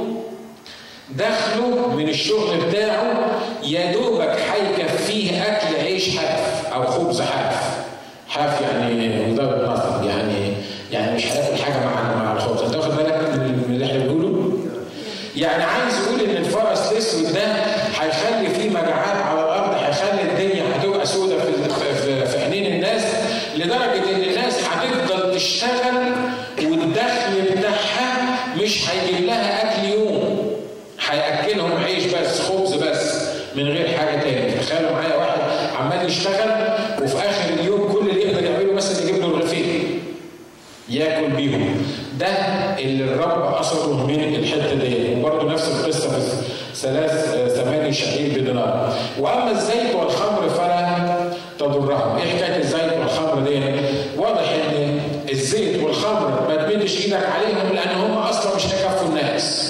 Speaker 1: دخله من الشغل بتاعه يا دوبك هيكفيه اكل عيش حاف او خبز حاف. حاف يعني مضاد نصب، يعني يعني مش هياكل حاجه مع مع الخبز. انت واخد بالك من اللي احنا بنقوله؟ يعني عايز يقول ان الفرس الاسود ده هيخلي فيه مجاعات على الارض، هيخلي الدنيا هتبقى سودة في في, في عينين الناس، لدرجه ان الناس هتفضل تشتغل والدخل بتاعها مش هيجيب لها اكل يوم، هياكلهم عيش بس، خبز بس، من غير حاجه تاني. تخيلوا معايا واحد عمال يشتغل وفي اخر اليوم كل اللي يقدر يعمله مثلا يجيب له رغيفين ياكل بيهم. ده اللي الرب قصده من الحته دي. وبرضه نفس القصه في ثلاث ثماني شعير بدينار. واما الزيت والخمر فلا تضرهم. ايه حكايه الزيت والخمر دي؟ واضح ان الزيت والخمر ما تمدش ايدك عليهم لان هم اصلا مش هيكفوا الناس.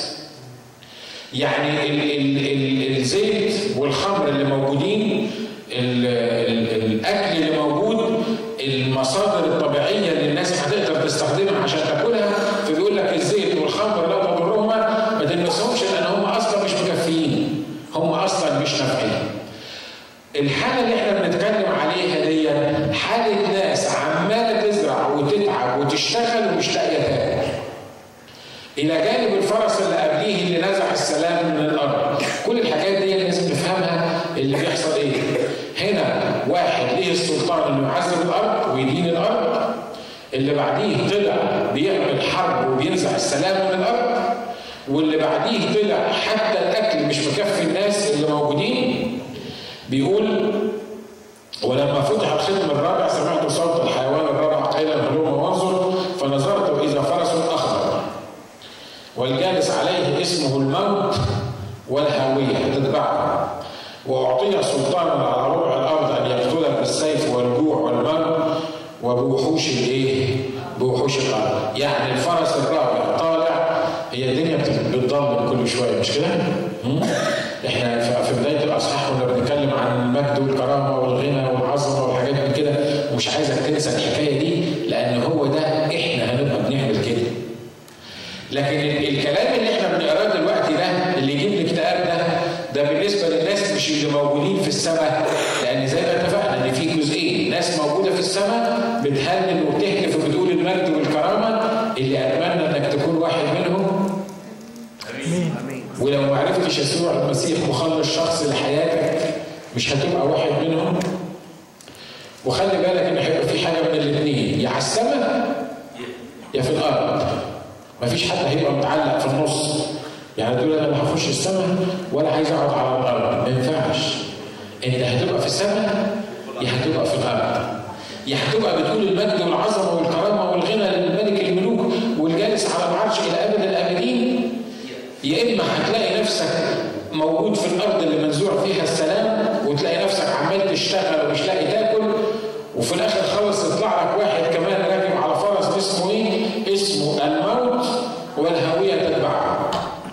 Speaker 1: يعني ال ال ال الزيت والخمر اللي موجودين، ال ال الاكل اللي موجود، المصادر الطبيعيه اللي الناس هتقدر تستخدمها عشان تاكلها، فبيقول لك الزيت والخمر لا تضرهما، ما تلمسهمش لان هم اصلا مش مكفيين، هم اصلا مش نافعين. الحاله اللي احنا بنتكلم عليها دي حاله ناس عماله تزرع وتتعب وتشتغل ومش لاقيه تاكل. الى جانب الفرس اللي قبليه اللي نزع السلام من الارض. كل الحاجات دي لازم نفهمها. اللي بيحصل ايه؟ هنا واحد ليه السلطان انه يعذب الارض ويدين الارض، اللي بعديه طلع بيعمل حرب وبينزع السلام من الارض، واللي بعديه طلع حتى الاكل مش مكفي الناس اللي موجودين. بيقول ولما فتح الختم الرابع سمعت صوت الحيوان الرابع قائلا هلم وانظر، فنظرت واذا فرس اخضر. والجالس عليه اسمه الموت والهاوية تتبعه، وأعطي سلطانا على ربع الأرض أن يقتل بالسيف والجوع والموت وبوحوش الإيه؟ بوحوش الأرض. يعني الفرس الرابع طالع، هي الدنيا بتضلم كل شوية مش كده؟ احنا في بداية الأصحاح كنا بنتكلم عن المجد والكرامة والغنى والعظمة والحاجات من كده، ومش عايزك تنسى الحكاية دي لأن هو ده احنا هنبقى بنعمل كده. لكن الكلام اللي احنا بنقراه دلوقتي ده اللي يجيب الاكتئاب ده ده بالنسبه للناس مش اللي موجودين في السماء، لان زي ما اتفقنا ان في جزئين، ناس موجوده في السماء بتهلل وبتهتف وبتقول المجد والكرامه، اللي اتمنى انك تكون واحد منهم. امين. ولو ما عرفتش يسوع المسيح مخلص شخص لحياتك مش هتبقى واحد منهم. وخلي بالك ان هيبقى في حاجه من الاثنين، يا على السماء يا في الارض. مفيش حد هيبقى متعلق في النص، يعني تقول انا لا هخش السماء ولا عايز اقعد على الارض، ما ينفعش. انت هتبقى في السماء يا هتبقى في الارض، يا هتبقى بتقول المجد والعظمه والكرامه والغنى للملك الملوك والجالس على العرش الى ابد الابدين، يا اما هتلاقي نفسك موجود في الارض اللي منزوع فيها السلام وتلاقي نفسك عمال تشتغل ومش لاقي تاكل، وفي الاخر خالص يطلع لك واحد كمان راكب على فرس اسمه ايه؟ اسمه الموت والهاويه تتبعه.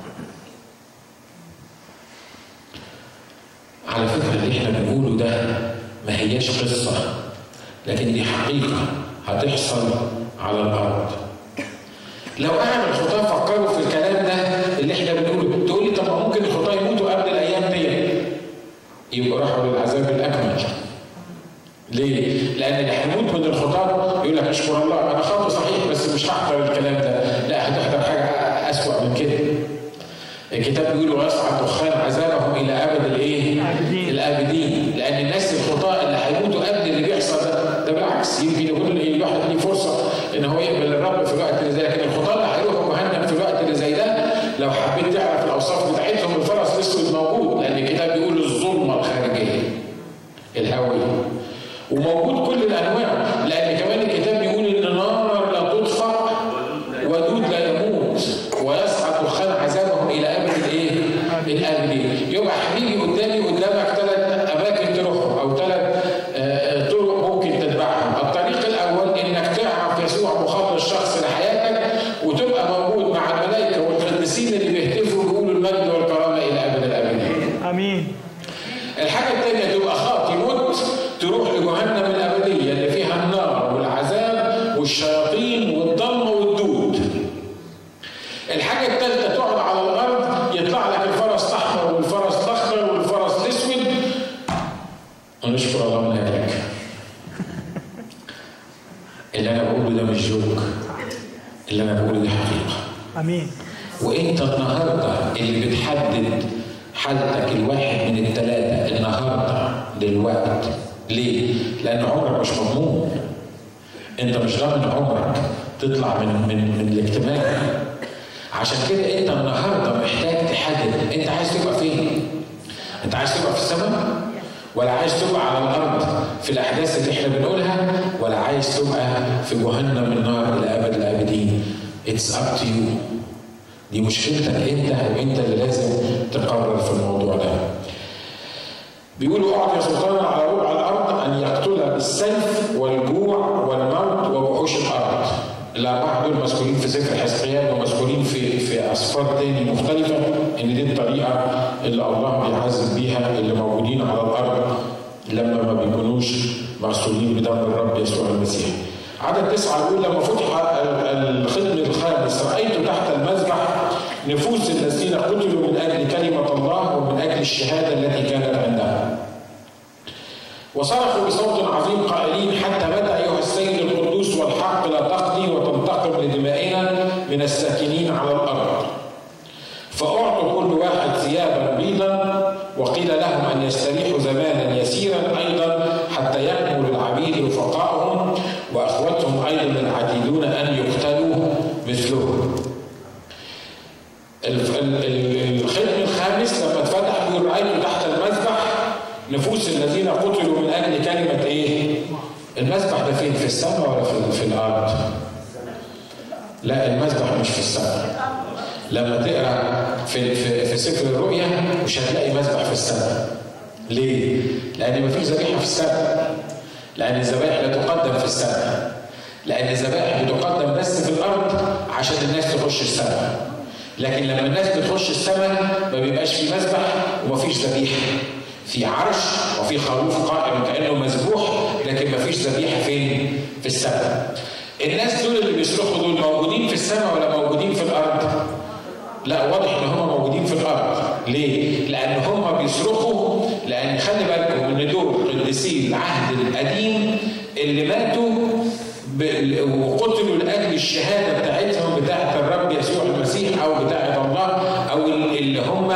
Speaker 1: على فكره اللي احنا بنقوله ده ما هياش قصه، لكن دي حقيقه هتحصل على الارض. لو قعد الخطاه فكروا في الكلام ده اللي احنا بنقوله، تقول لي طب ممكن الخطاه يموتوا قبل الايام دي، يبقوا راحوا للعذاب الاكمل. ليه؟ لأن اللي هيموت من الخطاب يقول لك اشكر الله أنا خاطئ صحيح بس مش هحضر الكلام ده، لا هتحضر حاجة أسوأ من كده. الكتاب بيقول ويصعد دخان عذابهم إلى أبد الإيه؟ الآبدين. لأن الناس الخطاة اللي هيموتوا قبل اللي بيحصل ده، ده بالعكس يمكن يقول الواحد ليه فرصة إن هو يقبل الرب في الوقت اللي زي ده، لكن الخطاة اللي هيروحوا جهنم في الوقت اللي زي ده لو حبيت تعرف الأوصاف بتاعتهم الفرس الأسود موجود، لأن الكتاب بيقول الظلمة الخارجية الهوية، وموجود كل الانواع، لان كمان الكتاب بيقول ان نار لا تطفأ ودود لا يموت ويصعد دخان عذابهم الى ابد الايه؟ الابدين. يبقى حبيبي قدامي قدامك ثلاث اماكن تروحهم او ثلاث طرق ممكن تتبعهم. الطريق الاول انك تعرف يسوع مخلص شخص لحياتك وتبقى موجود مع الملائكه والقديسين اللي بيهتفوا بيقولوا المجد والكرامه الى ابد الابدين. امين. الحاجه الثانيه تبقى خاطي موت تروح لجهنم الأبدية اللي فيها النار والعذاب والشياطين والضلمة والدود. الحاجة الثالثة تقعد على الأرض يطلع لك الفرس الأحمر والفرس الأخضر والفرس الأسود، ونشكر الله من أجلك. اللي أنا بقوله ده مش جوك، اللي أنا بقوله ده حقيقة. أمين. وأنت النهاردة اللي بتحدد حالتك الواحد من الثلاثة النهاردة دلوقتي. ليه؟ لأن عمرك مش مضمون. أنت مش ضامن عمرك تطلع من من من الاجتماع. عشان كده أنت النهارده محتاج تحدد أنت عايز تبقى فين؟ أنت عايز تبقى في السماء؟ ولا عايز تبقى على الأرض في الأحداث اللي إحنا بنقولها؟ ولا عايز تبقى في جهنم النار إلى أبد الآبدين؟ It's up to you. دي مشكلتك أنت وأنت اللي لازم تقرر في الموضوع ده. بيقولوا أعطي سلطانا على ربع الأرض أن يقتل بالسيف والجوع والموت ووحوش الأرض. الأربعة دول مذكورين في سفر حزقيال ومذكورين في في أسفار تاني مختلفة، إن دي الطريقة اللي الله بيعذب بيها اللي موجودين على الأرض لما ما بيكونوش مرسولين بدم الرب يسوع المسيح. عدد تسعة يقول لما فتح الختم الخامس رأيت تحت المذبح نفوس الذين قتلوا من أجل كلمة الله ومن أجل الشهادة التي كانت عندهم. وصرخوا بصوت عظيم قائلين حتى متى أيها السيد القدوس والحق لا تقضي وتنتقم لدمائنا من الساكنين على الأرض. فأعطوا كل واحد ثيابا بيضا وقيل لهم أن يستريحوا زمانا يسيرا أيضا حتى يكمل العبيد رفقائهم وأخوتهم أيضا العتيدون أن يقتلوا مثلهم. الختم الخامس لما اتفتح بيقول رأيت تحت المذبح نفوس الذين قتلوا من أجل كلمة إيه؟ المذبح ده فين؟ في السماء ولا في, في الأرض؟ لا المذبح مش في السماء. لما تقرا في في, في سفر الرؤيا مش هتلاقي مذبح في السماء. ليه؟ لأن مفيش ذبيحة في السماء. لأن الذبائح لا تقدم في السماء. لأن الذبائح بتقدم بس في الأرض عشان الناس تخش السماء. لكن لما الناس بتخش السماء ما بيبقاش في مذبح ومفيش ذبيحة. في عرش وفي خروف قائم كأنه مذبوح، لكن مفيش ذبيحة فين؟ في السماء. الناس دول اللي بيصرخوا دول موجودين في السماء ولا موجودين في الأرض؟ لا، واضح ان هم موجودين في الارض. ليه؟ لان هم بيصرخوا، لان خلي بالكم ان دول قديسي العهد القديم اللي ماتوا وقتلوا لاجل الشهاده بتاعتهم بتاعت الرب يسوع المسيح او بتاعت الله، او اللي هم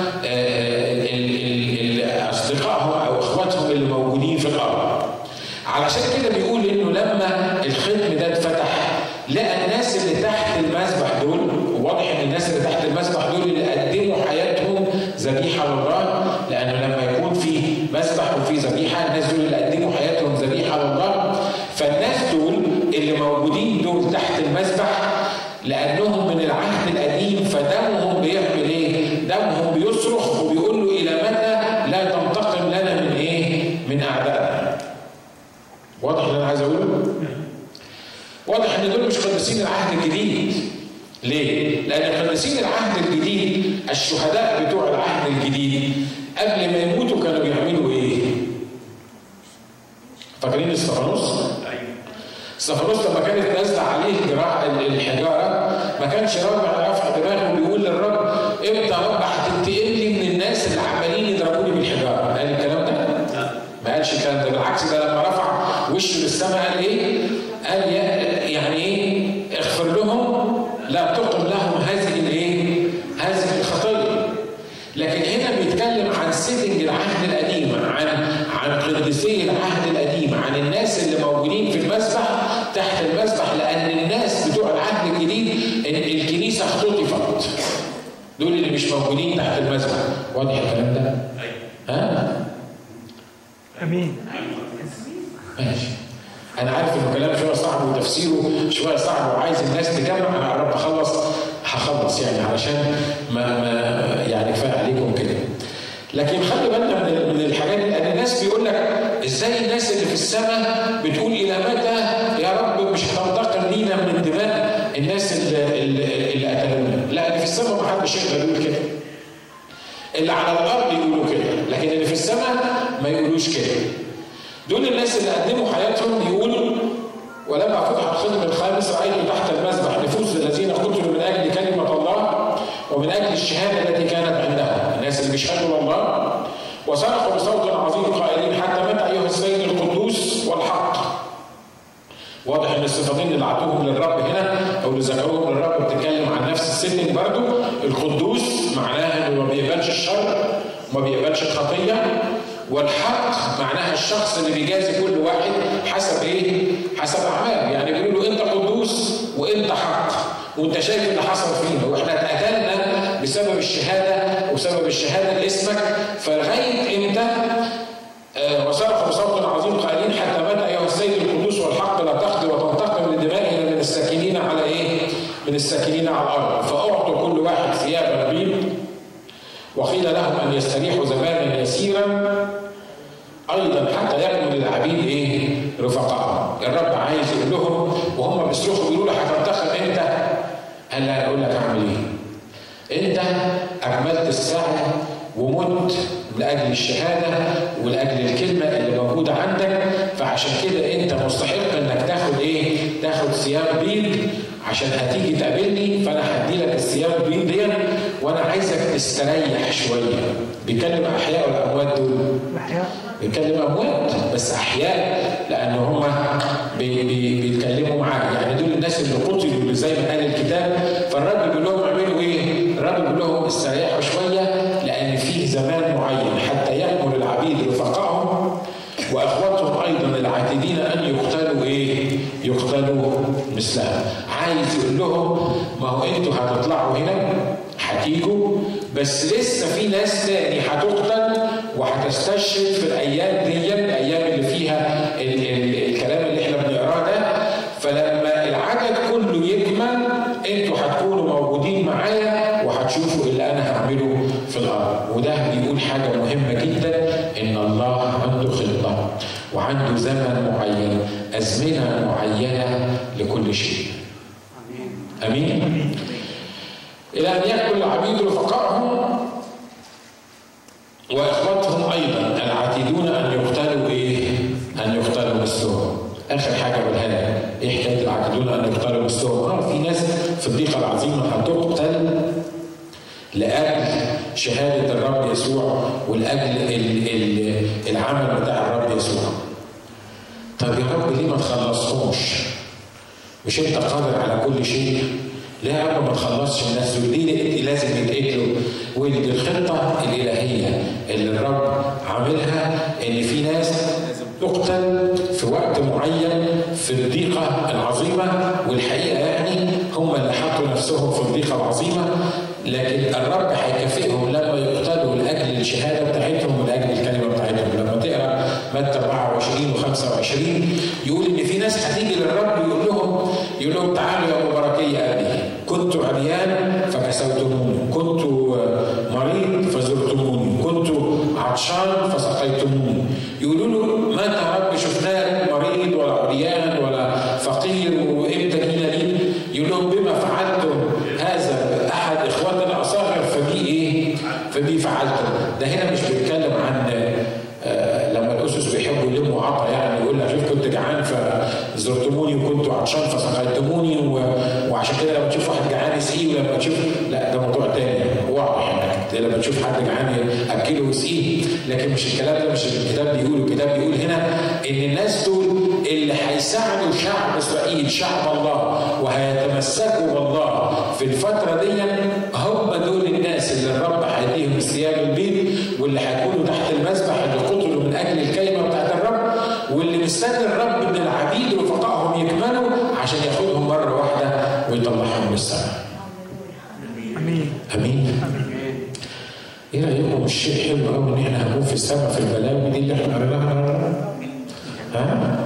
Speaker 1: اصدقائهم او اخواتهم اللي موجودين في الارض. علشان كده بيقول انه لما الختم ده اتفتح لقى الناس اللي تحت المذبح دول، واضح ان الناس اللي تحت المذبح دول اللي قدموا حياتهم ذبيحه لله، لانه لما يكون في مذبح وفي ذبيحه الناس دول اللي قدموا حياتهم ذبيحه لله. فالناس دول اللي موجودين دول تحت المذبح لانهم من العهد القديم، فدمهم بيعمل ايه؟ دمهم بيصرخ وبيقول له الى متى لا تنتقم لنا من ايه؟ من اعدائنا. واضح اللي انا عايز اقوله؟ واضح ان دول مش قديسين العهد الجديد. ليه؟ لأن قديسين العهد الجديد الشهداء بتوع العهد الجديد قبل ما يموتوا كانوا بيعملوا إيه؟ فاكرين استفانوس؟ استفانوس لما كانت نازلة عليه الحجارة ما كانش رافع رافع دماغه وبيقول للرب امتى يا رب هتنتقم لي من الناس اللي عمالين يضربوني بالحجارة؟ قال الكلام ده؟ ما قالش الكلام ده، بالعكس ده لما رفع وشه للسماء قال إيه؟ قال يعني إيه؟ اغفر لهم لا تقم لهم هذه الايه؟ هذه الخطيه. لكن هنا بيتكلم عن سيتنج العهد القديم، عن عن قديسي العهد القديم، عن الناس اللي موجودين في المذبح تحت المذبح، لان الناس بتوع العهد الجديد الكنيسه اختطفت. دول اللي مش موجودين تحت المذبح. واضح الكلام ده؟ ها؟
Speaker 2: امين.
Speaker 1: ماشي. أنا عارف إنه كلام شوية صعب وتفسيره شوية صعب وعايز الناس تجمع، أنا قربت أخلص هخلص يعني علشان ما ما يعني كفاية عليكم كده. لكن خلي بالنا من من الحاجات دي، لأن الناس بيقول لك إزاي الناس اللي في السماء بتقول إلى متى يا رب مش هتنتقم لينا من دماء الناس اللي اللي, اللي قتلونا؟ لا، اللي في السماء ما حدش يقدر يقول كده. اللي على الأرض يقولوا كده، لكن اللي في السماء ما يقولوش كده. دول الناس اللي قدموا حياتهم. يقول ولما فتح الختم الخامس رأيت تحت المذبح نفوس الذين قتلوا من أجل كلمة الله ومن أجل الشهادة التي كانت عندهم، الناس اللي بيشهدوا لله، وصرخوا بصوت عظيم قائلين حتى متى أيها السيد القدوس والحق. واضح ان الصفتين اللي عطوهم للرب هنا او اللي ذكروهم للرب بتتكلم عن نفس السيتنج برضه. القدوس معناها انه ما بيقبلش الشر وما بيقبلش الخطيه، والحق معناها الشخص اللي بيجازي كل واحد حسب ايه؟ حسب اعماله. يعني بيقولوا له انت قدوس وانت حق وانت شايف اللي حصل فينا، واحنا اتقتلنا بسبب الشهاده وبسبب الشهاده لاسمك، فلغايه امتى؟ آه وصرخوا بصوت عظيم قائلين حتى متى ايها السيد القدوس والحق لا تقضي وتنتقم لدمائنا من الساكنين على ايه؟ من الساكنين على الارض. فاعطوا كل واحد ثيابا بيض وقيل لهم ان يستريحوا زمانا يسيرا ايضا حتى يكمل العبيد ايه؟ رفقائهم. الرب عايز يقول لهم وهم بيصرخوا بيقولوا له هتنتقم امتى؟ قال لا اقول لك اعمل ايه؟ انت اكملت السعي ومت لاجل الشهاده ولاجل الكلمه اللي موجوده عندك، فعشان كده انت مستحق انك تاخد ايه؟ تاخد ثياب بيض عشان هتيجي تقابلني، فانا هدي لك الثياب البيض دي وانا عايزك تستريح شويه. بيتكلم احياء ولا اموات دول؟
Speaker 2: احياء.
Speaker 1: بيتكلم اموات بس احياء لان هم بي بي بيتكلموا معاه. يعني دول الناس اللي قتلوا زي ما قال الكتاب. فالرب بيقول لهم اعملوا ايه؟ الرب بيقول لهم استريحوا شويه لان في زمان معين حتى يكمل العبيد رفقائهم واخواتهم ايضا العاتدين ان يقتلوا ايه؟ يقتلوا مثلها. عايز يقول لهم ما هو انتوا هتطلعوا هنا هتيجوا، بس لسه في ناس تاني هتقتل وهتستشهد في الايام دي، الايام اللي فيها ال ال الكلام اللي احنا بنقراه ده. فلما العدد كله يكمل انتوا هتكونوا موجودين معايا وهتشوفوا اللي انا هعمله في الارض. وده بيقول حاجه مهمه جدا، ان الله عنده خطه وعنده زمن معين، ازمنه معينه لكل شيء. امين. امين. الى ان ياكل العبيد رفقائهم واخواتهم ايضا العاتدون ان يقتلوا ايه؟ ان يقتلوا مثلهم. اخر حاجه بقولها لك، ايه حكايه العاتدون ان يقتلوا مثلهم؟ اه في ناس في الضيقه العظيمه هتقتل لاجل شهاده الرب يسوع ولاجل العمل بتاع الرب يسوع. طب يا رب ليه ما تخلصهمش؟ مش انت قادر على كل شيء؟ ليه يا رب ما تخلصش الناس دول؟ ليه لازم يتقتلوا؟ ودي الخطه الالهيه اللي الرب عاملها، ان في ناس تقتل في وقت معين في الضيقه العظيمه، والحقيقه يعني هم اللي حطوا نفسهم في الضيقه العظيمه، لكن الرب هيكافئهم لما يقتلوا لاجل الشهاده بتاعتهم ولاجل الكلمه بتاعتهم. لما تقرا متى أربعة وعشرين وخمسة وعشرين يقول ان في ناس هتيجي للرب يقول لهم يقول لهم تعالوا يا مباركي ابي، كنت عريان فكسوتموني، كنت مريض فزرتموني، كنت عطشان فسقيتموني. يقولوا له ما انت يا رب شفناك مريض ولا عريان ولا فقير وامتى جينا ليك؟ يقول لهم بما فعلتم هذا احد اخواتنا الاصاغر فبي ايه؟ فبي فعلتم. ده هنا مش بيتكلم عن آه لما الاسس بيحبوا يلموا عطا، يعني يقول لك شوف كنت جعان فزرتموني وكنت عطشان فسقيتموني، وعشان كده لما تشوف واحد جعان اسقيه، ولما تشوف لا ده موضوع تاني واضح انك لما تشوف حد جعان اكله واسقيه، لكن مش الكلام ده مش الكتاب بيقوله. الكتاب بيقول هنا ان الناس دول اللي هيساعدوا شعب اسرائيل شعب الله وهيتمسكوا بالله في الفتره دي، هم دول الناس اللي الرب هيديهم ثياب البيت، واللي هيكونوا تحت المذبح اللي قتلوا من اجل الكلمه بتاعت الرب، واللي مستني الرب ان العبيد رفقائهم يكملوا عشان ياخدهم مره واحده ويطلعهم من السماء.
Speaker 2: امين.
Speaker 1: امين. ايه رايكم؟ مش شيء حلو قوي ان احنا هنكون في السماء في البلاوي دي اللي احنا قريناها؟ ها؟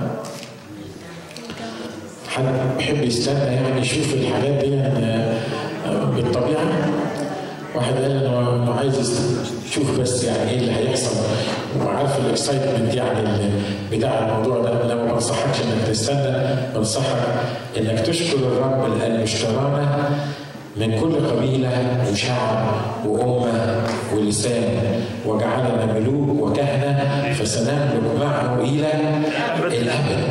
Speaker 1: حد بيحب يستنى يعني يشوف الحاجات دي بالطبيعه؟ واحد قال انه عايز يشوف بس يعني ايه اللي هيحصل، وعارف الاكسايتمنت يعني بتاع الموضوع ده. لا ما بنصحكش انك تستنى، بنصحك انك تشكر الرب لانه اشترانا من كل قبيله وشعب وامه ولسان، وجعلنا ملوك وكهنه فسنملك معه الى الابد.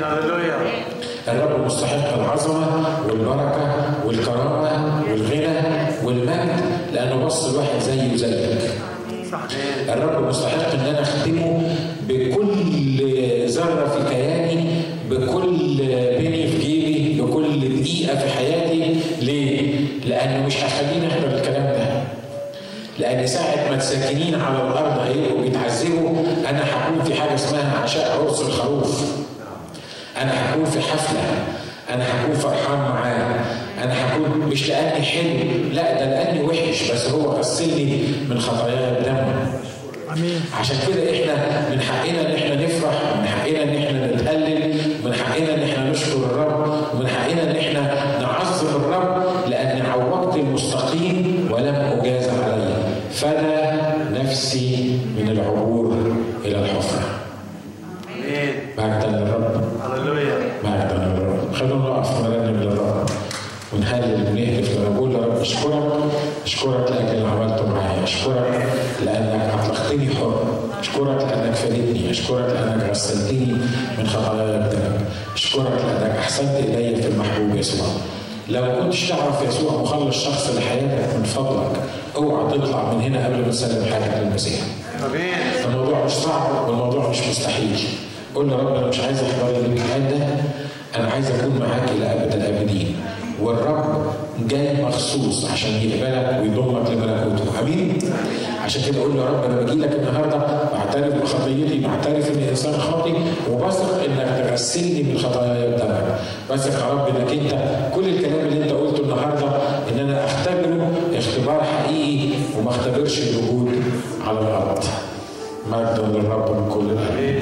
Speaker 1: الرب مستحق العظمه والبركه والكرامه والغنى والمجد، لانه بص الواحد زيه وزيك. الرب مستحق ان انا اخدمه بكل ذره في كياني، بكل بني في جيبي، بكل دقيقه في حياتي. ليه؟ لانه مش هخليني احضر الكلام ده، لان ساعه ما الساكنين على الارض هيبقوا بيتعذبوا، انا هكون في حاجه اسمها عشاء عرس الخروف. انا هكون في حفله، انا هكون فرحان معاه، انا هكون مش لاني حلو، لا ده لاني وحش، بس هو غسلني من خطاياي بدمه.
Speaker 2: امين.
Speaker 1: عشان كده احنا من حقنا ان احنا نفرح، من حقنا ان احنا نتهلل، من حقنا ان احنا نشكر الرب، ومن حقنا ان احنا نعظم الرب، لان عوضت المستقيم ولم اجاز علي، فلا نفسي من العبور الى الحفره. امين. مجدا للرب. هللويا. مجدا للرب. خلونا نقف ونرنم للرب ونهلل ونهتف ونقول يا رب اشكرك، اشكرك لاجل اللي عملته معايا، اشكرك لانك اطلقتني حر، اشكرك لانك فادتني، اشكرك لانك غسلتني من خطاياي بدمك، اشكرك لانك احسنت الي في المحبوب يسوع. لو ما كنتش تعرف يسوع مخلص شخص لحياتك، من فضلك اوعى تطلع من هنا قبل ما تسلم حياتك للمسيح. الموضوع مش صعب والموضوع مش مستحيل. قول يا رب انا مش عايز احضر الامتحان ده، انا عايز اكون معاك الى ابد الابدين، والرب جاي مخصوص عشان يقبلك ويضمك لملكوته. امين. عشان كده اقول له يا رب انا باجي لك النهارده بعترف بخطيتي، بعترف اني انسان خاطئ، وبثق انك تغسلني من خطاياي بدمك. بثق يا رب انك انت كل الكلام اللي انت قلته النهارده ان انا اختبره اختبار حقيقي وما اختبرش الوجود على الارض. مجدا للرب من كل القلب.